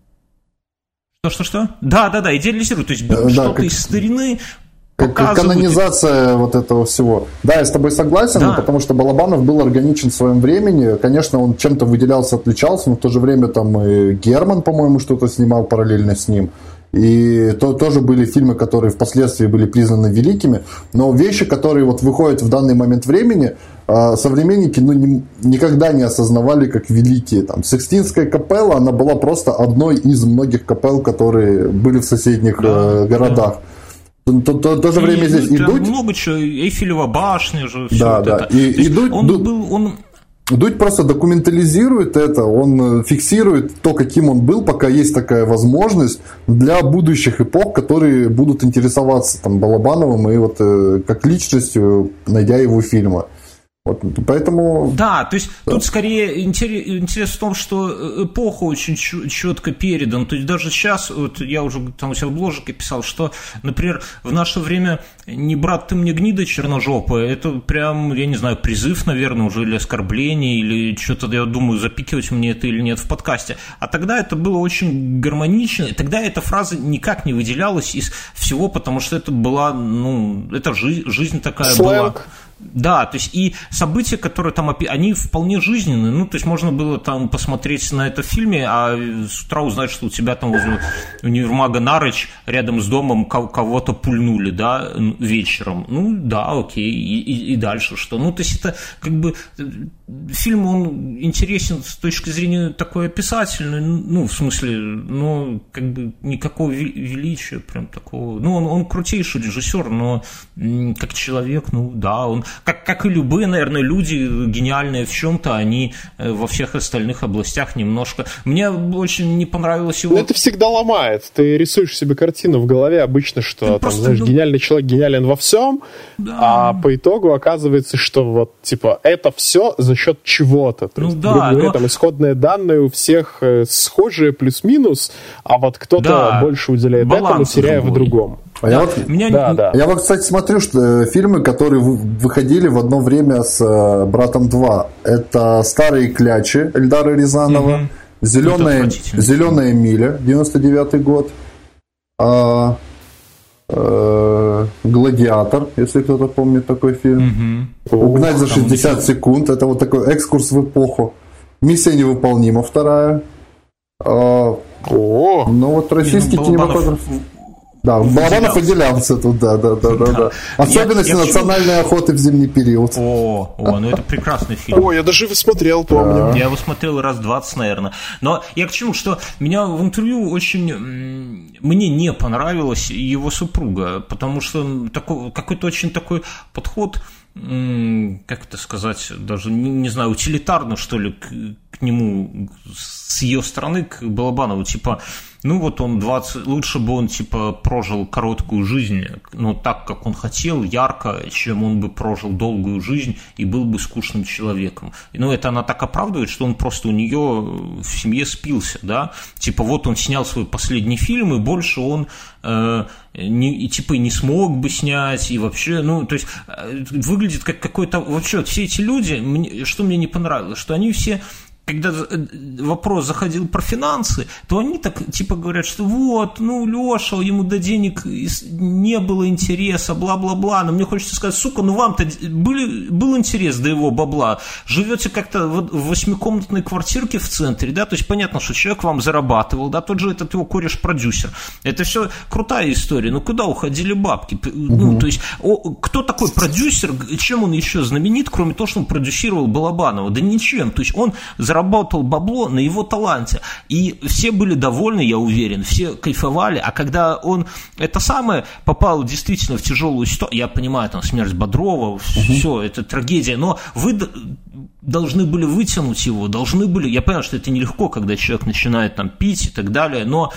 S1: Что? Да, идеализируют, то есть берут что-то из старины...
S3: Канонизация вот этого всего. Да, я с тобой согласен, потому что Балабанов был органичен в своем времени. Конечно, он чем-то выделялся, отличался, но в то же время там и Герман, по-моему, что-то снимал параллельно с ним. И тоже были фильмы, которые впоследствии были признаны великими. Но вещи, которые вот выходят в данный момент времени, современники никогда не осознавали как великие. Там Сикстинская капелла, она была просто одной из многих капелл, которые были в соседних городах. В то же время здесь идут...
S1: Много чего, Эйфелева башня же, все
S3: да,
S1: вот
S3: да.
S1: это.
S3: И Дудь просто документализирует это, он фиксирует то, каким он был, пока есть такая возможность для будущих эпох, которые будут интересоваться там Балабановым и вот как личностью, найдя его фильмы. Вот, поэтому...
S1: Да, то есть тут скорее интерес в том, что эпоха очень четко передана. То есть даже сейчас, вот я уже там у себя в бложике писал, что, например, в наше время «Не брат ты мне гнида черножопая», это прям, я не знаю, призыв, наверное, уже или оскорбление, или что-то, я думаю, запикивать мне это или нет в подкасте. А тогда это было очень гармонично, и тогда эта фраза никак не выделялась из всего, потому что это была, ну, это жизнь такая была. Да, то есть и события, которые там они вполне жизненные. Ну, то есть можно было там посмотреть на это в фильме, а с утра узнать, что у тебя там возле универмага Нарыч рядом с домом кого-то пульнули, да, вечером. Ну, да, окей, и дальше что? Ну, то есть это как бы фильм, он интересен с точки зрения такой описательной, ну, в смысле, ну, как бы никакого величия прям такого. Ну, он крутейший режиссер, но как человек, ну, да, он как и любые, наверное, люди гениальные в чем-то, они во всех остальных областях немножко... Мне очень не понравилось его...
S2: Но это всегда ломает. Ты рисуешь себе картину в голове обычно, что там, просто, знаешь, гениальный человек гениален во всем, да. А по итогу оказывается, что вот, типа, это все за счет чего-то. То есть, грубо говоря, там исходные данные у всех схожие плюс-минус, а вот кто-то больше уделяет этому, теряя в другом.
S3: Я вот, кстати, смотрю, что фильмы, которые выходили в одно время с «Братом 2». Это «Старые клячи» Эльдара Рязанова, «Зеленая миля», 99-й год, «Гладиатор», если кто-то помнит такой фильм, «Угнать за 60 секунд», это вот такой экскурс в эпоху, «Миссия невыполнима» 2. Ну вот российский кинематограф. Да, Балабанов выделялся тут, да. Особенности национальной охоты в зимний период.
S1: Ну это прекрасный фильм.
S2: Я даже его смотрел, помню.
S1: Я его смотрел раз 20, наверное. Но я к чему, что меня в интервью очень... Мне не понравилась его супруга, потому что какой-то очень такой подход... как это сказать, даже не знаю, утилитарно, что ли, к нему с ее стороны, к Балабанову, типа, ну вот он 20, лучше бы он типа прожил короткую жизнь, но так, как он хотел, ярко, чем он бы прожил долгую жизнь и был бы скучным человеком. Ну, это она так оправдывает, что он просто у нее в семье спился, да, типа вот он снял свой последний фильм, и больше он не смог бы снять, и вообще, ну, то есть выглядит как какой-то, вообще, все эти люди, что мне не понравилось, что они все, когда вопрос заходил про финансы, то они так типа говорят, что вот, ну, Леша, ему до денег не было интереса, бла-бла-бла. Но мне хочется сказать, сука, ну вам-то был интерес до его бабла. Живете как-то в 8-комнатной квартирке в центре, да, то есть понятно, что человек вам зарабатывал, да, тот же этот его кореш-продюсер. Это все крутая история, но куда уходили бабки? Ну, то есть, кто такой продюсер, чем он еще знаменит, кроме того, что он продюсировал Балабанова? Да ничем, то есть он заработал бабло на его таланте, и все были довольны, я уверен, все кайфовали, а когда он это самое попал действительно в тяжелую ситуацию, я понимаю, там смерть Бодрова, все, это трагедия, но вы должны были вытянуть его, я понимаю, что это нелегко, когда человек начинает там пить и так далее, но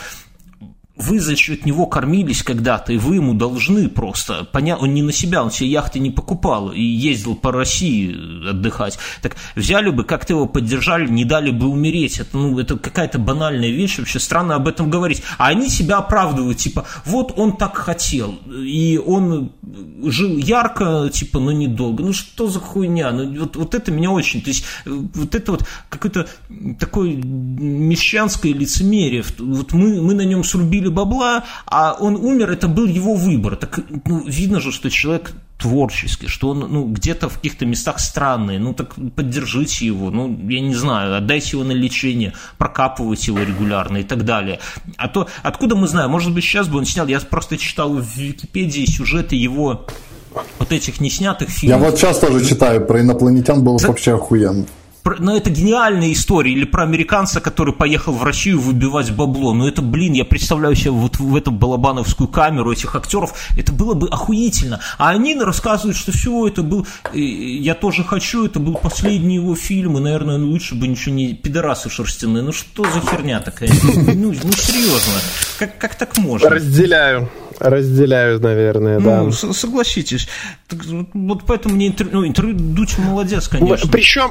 S1: вы за счет него кормились когда-то, и вы ему должны просто понять, он не на себя, он себе яхты не покупал и ездил по России отдыхать. Так взяли бы, как-то его поддержали, не дали бы умереть. Это какая-то банальная вещь, вообще странно об этом говорить. А они себя оправдывают, типа, вот он так хотел, и он жил ярко, типа, но недолго. Ну что за хуйня? Ну, вот это меня очень, то есть вот это вот какое-то такое мещанское лицемерие. Вот мы на нем срубили бабла, а он умер, это был его выбор. Так, видно же, что человек творческий, что он где-то в каких-то местах странный, так поддержите его, я не знаю, отдайте его на лечение, прокапывайте его регулярно и так далее. А то, откуда мы знаем, может быть, сейчас бы он снял, я просто читал в Википедии сюжеты его вот этих неснятых фильмов.
S3: Я вот сейчас тоже читаю, про инопланетян было вообще охуенно.
S1: Но это гениальная история. Или про американца, который поехал в Россию выбивать бабло. Это, я представляю себе вот в эту балабановскую камеру этих актеров. Это было бы охуительно. А они рассказывают, что все, это был «Я тоже хочу», это был последний его фильм, и, наверное, лучше бы ничего не... Пидорасы шерстяные. Что за херня такая? Серьезно. Как так можно?
S2: Разделяю, наверное, да.
S1: Согласитесь. Вот поэтому мне интервью Дудь молодец, конечно.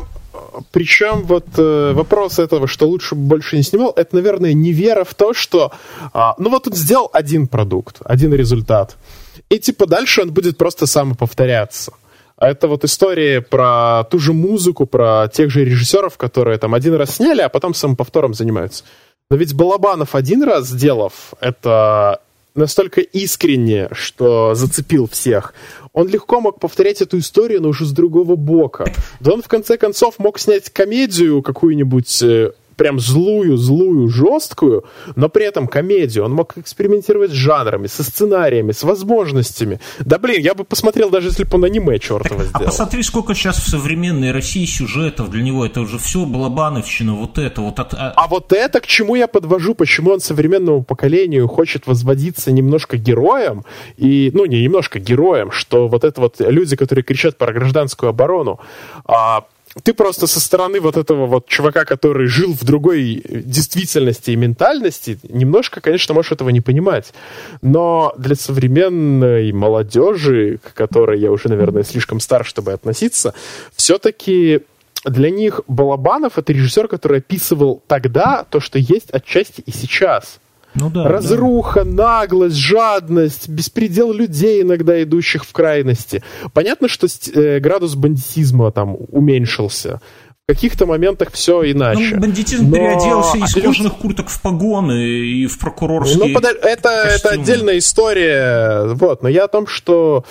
S2: Причем вот вопрос этого, что лучше бы больше не снимал, это, наверное, не вера в то, что вот он сделал один продукт, один результат, и типа дальше он будет просто самоповторяться. А это вот история про ту же музыку, про тех же режиссеров, которые там один раз сняли, а потом самоповтором занимаются. Но ведь Балабанов один раз сделав, это настолько искренне, что зацепил всех. Он легко мог повторять эту историю, но уже с другого бока. Да он, в конце концов, мог снять комедию какую-нибудь прям злую, жесткую, но при этом комедию. Он мог экспериментировать с жанрами, со сценариями, с возможностями. Да я бы посмотрел, даже если бы он аниме чертово сделал.
S1: А посмотри, сколько сейчас в современной России сюжетов для него. Это уже все балабановщина, вот это.
S2: А вот это к чему я подвожу, почему он современному поколению хочет возводиться немножко героем, и, не немножко героем, что вот это вот люди, которые кричат про гражданскую оборону, ты просто со стороны вот этого вот чувака, который жил в другой действительности и ментальности, немножко, конечно, можешь этого не понимать. Но для современной молодежи, к которой я уже, наверное, слишком стар, чтобы относиться, все-таки для них Балабанов — это режиссер, который описывал тогда то, что есть отчасти и сейчас. разруха, наглость, жадность, беспредел людей, иногда идущих в крайности. Понятно, что градус бандитизма там уменьшился. В каких-то моментах все иначе.
S1: Бандитизм переоделся из кожаных курток в погоны и в прокурорские
S2: это отдельная история. Вот. Но я о том, что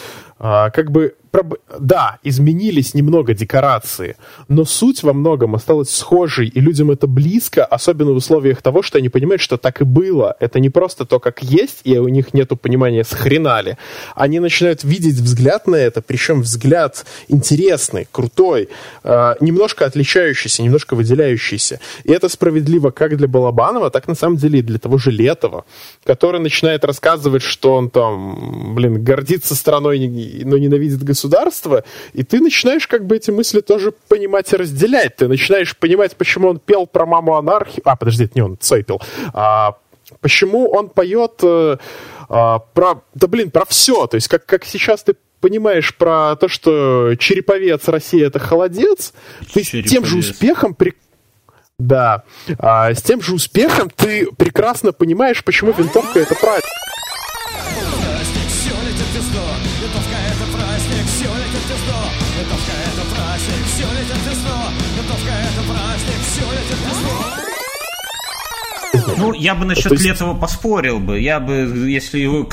S2: да, изменились немного декорации, но суть во многом осталась схожей, и людям это близко, особенно в условиях того, что они понимают, что так и было. Это не просто то, как есть, и у них нету понимания, схрена ли. Они начинают видеть взгляд на это, причем взгляд интересный, крутой, немножко отличающийся, немножко выделяющийся. И это справедливо как для Балабанова, так на самом деле и для того же Летова, который начинает рассказывать, что он там, гордится страной, но ненавидит государство, и ты начинаешь как бы эти мысли тоже понимать и разделять. Ты начинаешь понимать, почему он пел про маму анархию. Подожди, это не он, Цой пел. Почему он поет про все. То есть как сейчас ты понимаешь про то, что Череповец, Россия — это холодец, ты с тем же успехом... Да. С тем же успехом ты прекрасно понимаешь, почему винтовка — это правильно.
S1: Ну, я бы насчет Летова поспорил бы. Я бы, если его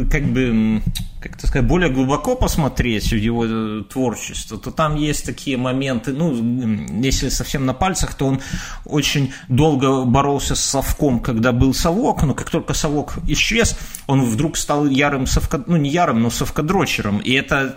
S1: как-то сказать, более глубоко посмотреть в его творчество, то там есть такие моменты, если совсем на пальцах, то он очень долго боролся с совком, когда был совок, но как только совок исчез, он вдруг стал ярым не ярым, но совкодрочером, и это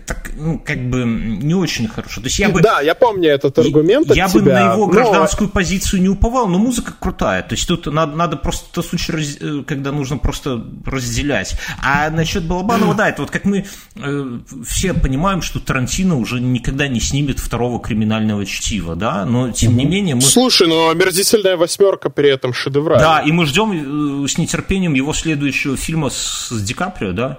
S1: не очень хорошо. То есть
S2: я помню этот аргумент
S1: я бы на его гражданскую позицию не уповал, но музыка крутая, то есть тут надо просто тот случай, когда нужно просто разделять. А насчет Балабанова, да, это вот как мы все понимаем, что Тарантино уже никогда не снимет второго «Криминального чтива», да, но тем не менее мы...
S2: Слушай, «Омерзительная восьмерка» при этом шедевральная.
S1: Да, и мы ждем с нетерпением его следующего фильма с Ди Каприо, да?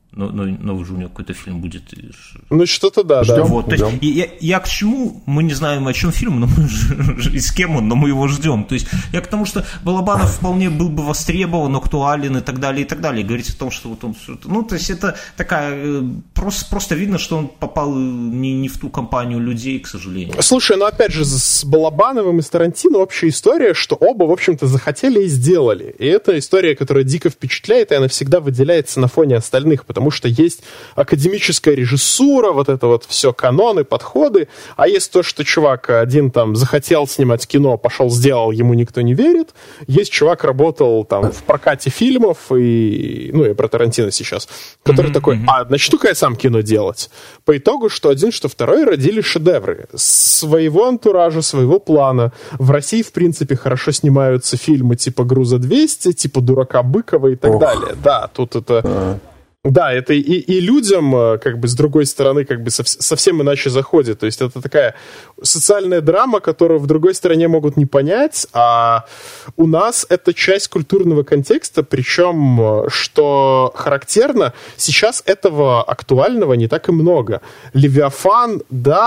S1: Но уже у него какой-то фильм будет.
S2: Что-то да.
S3: Ждем,
S1: вот, то есть, я к чему, мы не знаем, о чем фильм, но и с кем он, но мы его ждем. То есть я к тому, что Балабанов вполне был бы востребован, актуален и так далее, и так далее. И говорить о том, что вот он... то есть это такая... Просто видно, что он попал не в ту компанию людей, к сожалению.
S2: Слушай, опять же, с Балабановым и с Тарантино общая история, что оба, в общем-то, захотели и сделали. И это история, которая дико впечатляет, и она всегда выделяется на фоне остальных, потому что есть академическая режиссура, вот это вот все, каноны, подходы, а есть то, что чувак один там захотел снимать кино, пошел, сделал, ему никто не верит. Есть чувак, работал там в прокате фильмов, и, я про Тарантино сейчас, который такой, начну-ка я сам кино делать. По итогу, что один, что второй родили шедевры. Своего антуража, своего плана. В России, в принципе, хорошо снимаются фильмы типа «Груза-200», типа «Дурака Быкова» и так далее. Да, тут это... Да, это и людям, как бы, с другой стороны, как бы, совсем иначе заходит. То есть это такая социальная драма, которую в другой стороне могут не понять, а у нас это часть культурного контекста, причем, что характерно, сейчас этого актуального не так и много. «Левиафан»,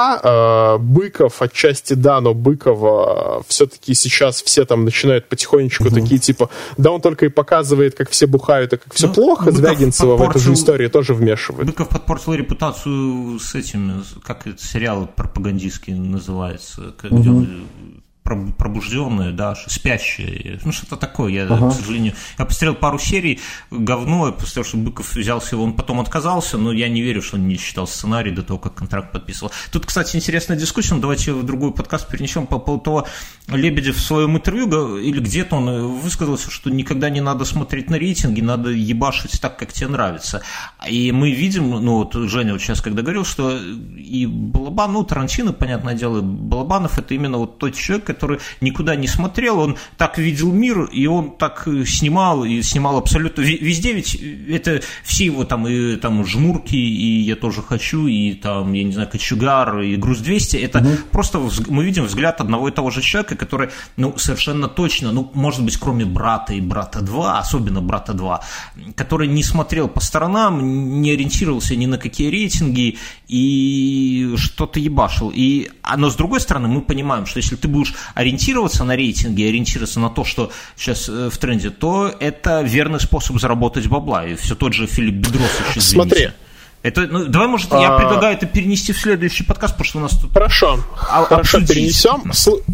S2: да, Быков отчасти да, но Быкова все-таки сейчас все там начинают потихонечку такие, типа, да, он только и показывает, как все бухают и как все плохо, Звягинцева в эту историю тоже вмешивает.
S1: Быков подпортил репутацию с этим, как этот сериал пропагандистский называется, где он пробужденные, да, спящие, что-то такое. Я, к сожалению, я посмотрел пару серий, говно, я посмотрел, что Быков взялся его, он потом отказался, но я не верю, что он не читал сценарий до того, как контракт подписывал. Тут, кстати, интересная дискуссия, но давайте в другой подкаст перенесем по поводу того, Лебедев в своем интервью, или где-то он высказался, что никогда не надо смотреть на рейтинги, надо ебашить так, как тебе нравится. И мы видим, Женя вот сейчас когда говорил, что и Балабанов, Тарантино, понятное дело, Балабанов — это именно вот тот человек, который никуда не смотрел, он так видел мир, и он так снимал, и снимал абсолютно везде, ведь это все его там, и там «Жмурки», и «Я тоже хочу», и там, я не знаю, «Кочегар», и «Груз-200», это просто мы видим взгляд одного и того же человека, который, совершенно точно, может быть, кроме «Брата» и «Брата 2», особенно «Брата 2», который не смотрел по сторонам, не ориентировался ни на какие рейтинги, и что-то ебашил. Но с другой стороны, мы понимаем, что если ты будешь ориентироваться ориентироваться на рейтинги, ориентироваться на то, что сейчас в тренде, то это верный способ заработать бабла. И все тот же Филипп Бедросович, извините.
S2: Смотри.
S1: Это, давай, может, я предлагаю это перенести в следующий подкаст, потому что у нас тут...
S2: Хорошо, перенесем.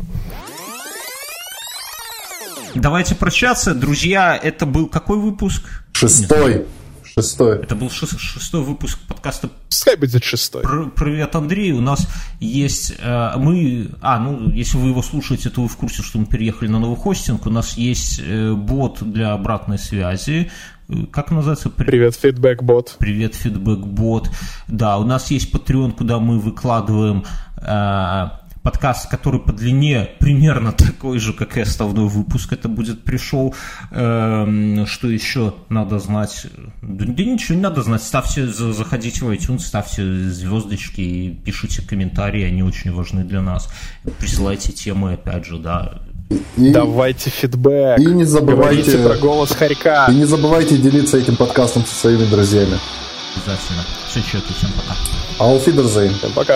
S1: Давайте прощаться. Друзья, это был какой выпуск?
S3: Шестой.
S1: Это был шестой выпуск подкаста.
S2: Пускай будет 6.
S1: Привет, Андрей. У нас есть... если вы его слушаете, то вы в курсе, что мы переехали на новый хостинг. У нас есть бот для обратной связи. Как называется?
S2: Привет, фидбэк-бот.
S1: Привет, фидбэк-бот. Да, у нас есть Patreon, куда мы выкладываем... подкаст, который по длине примерно такой же, как и основной выпуск. Это будет пришел. Что еще надо знать? Да ничего не надо знать. Заходите в iTunes, ставьте звездочки и пишите комментарии. Они очень важны для нас. Присылайте темы, опять же, да.
S2: Давайте фидбэк.
S3: И не забывайте
S2: говорите про голос хорька.
S3: И не забывайте делиться этим подкастом со своими друзьями.
S1: Обязательно. Все, четко. Всем пока.
S3: Auf Wiedersehen.
S2: Всем пока.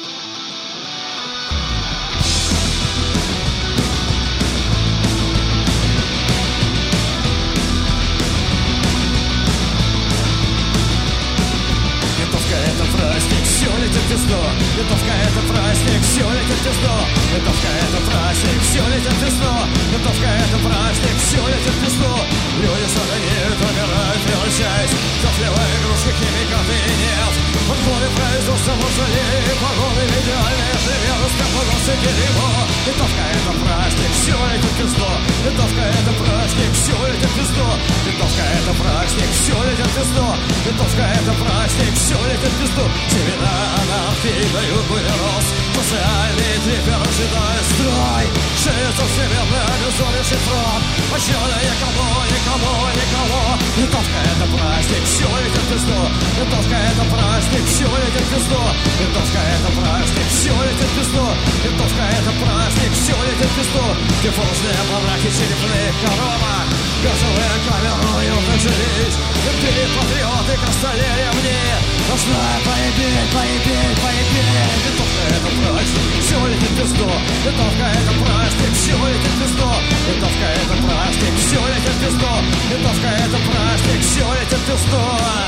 S6: Винтовка это праздник, все летит в пизду. Винтовка это праздник, все летит в пизду. Винтовка это праздник, все летит в пизду. Люди сатанеют, умирают, превращаясь в топливые игрушки, химикаты и нефть. Подходы производства мавзолеи, погоны в идеальные примеры, скоплогосы дерьмо. Винтовка это праздник, все летит в пизду. Винтовка это праздник, все летит в пизду. Винтовка это праздник, все летит в пизду. Винтовка это праздник, все летит в пизду. Семена анархии дают буйный социальный трипер ожидает строй. Ширится всемирный обезумевший фронт. Пощады никому, никому, никого. Винтовка это праздник, все летит в пизду. Винтовка это праздник, все летит в пизду. Винтовка это праздник, все летит в пизду. Винтовка это праздник, все летит в пизду. Диффузные мраки черепных коробок, газовые камеры уточились. Ты патриоты, костолерия мне должна поебеть. Винтовка это праздник, все летит в пизду. Винтовка это праздник, все летит в пизду. Винтовка это праздник, все летит в пизду. Винтовка это праздник, все летит в пизду.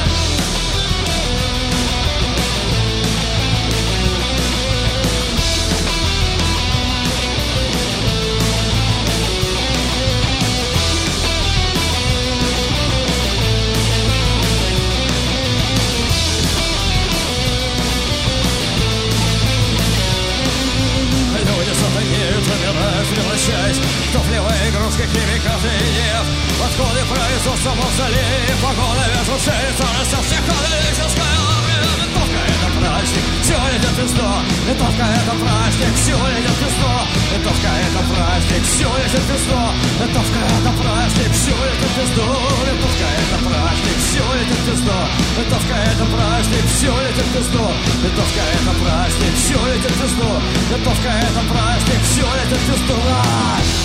S6: Превращаясь в топливые игрушки, химикаты и нефть. Подходы производства мавзолеи, погоны везут шею, растет психологическая армия. Винтовка это праздник, все летит в пизду. Винтовка это праздник, все летит в пизду. Винтовка это праздник, все летит в пизду. Винтовка это праздник, все летит в пизду. Винтовка это праздник, все летит в пизду. Винтовка это праздник, все летит в пизду. Винтовка это праздник, все летит в пизду. Винтовка это праздник, все летит в пизду.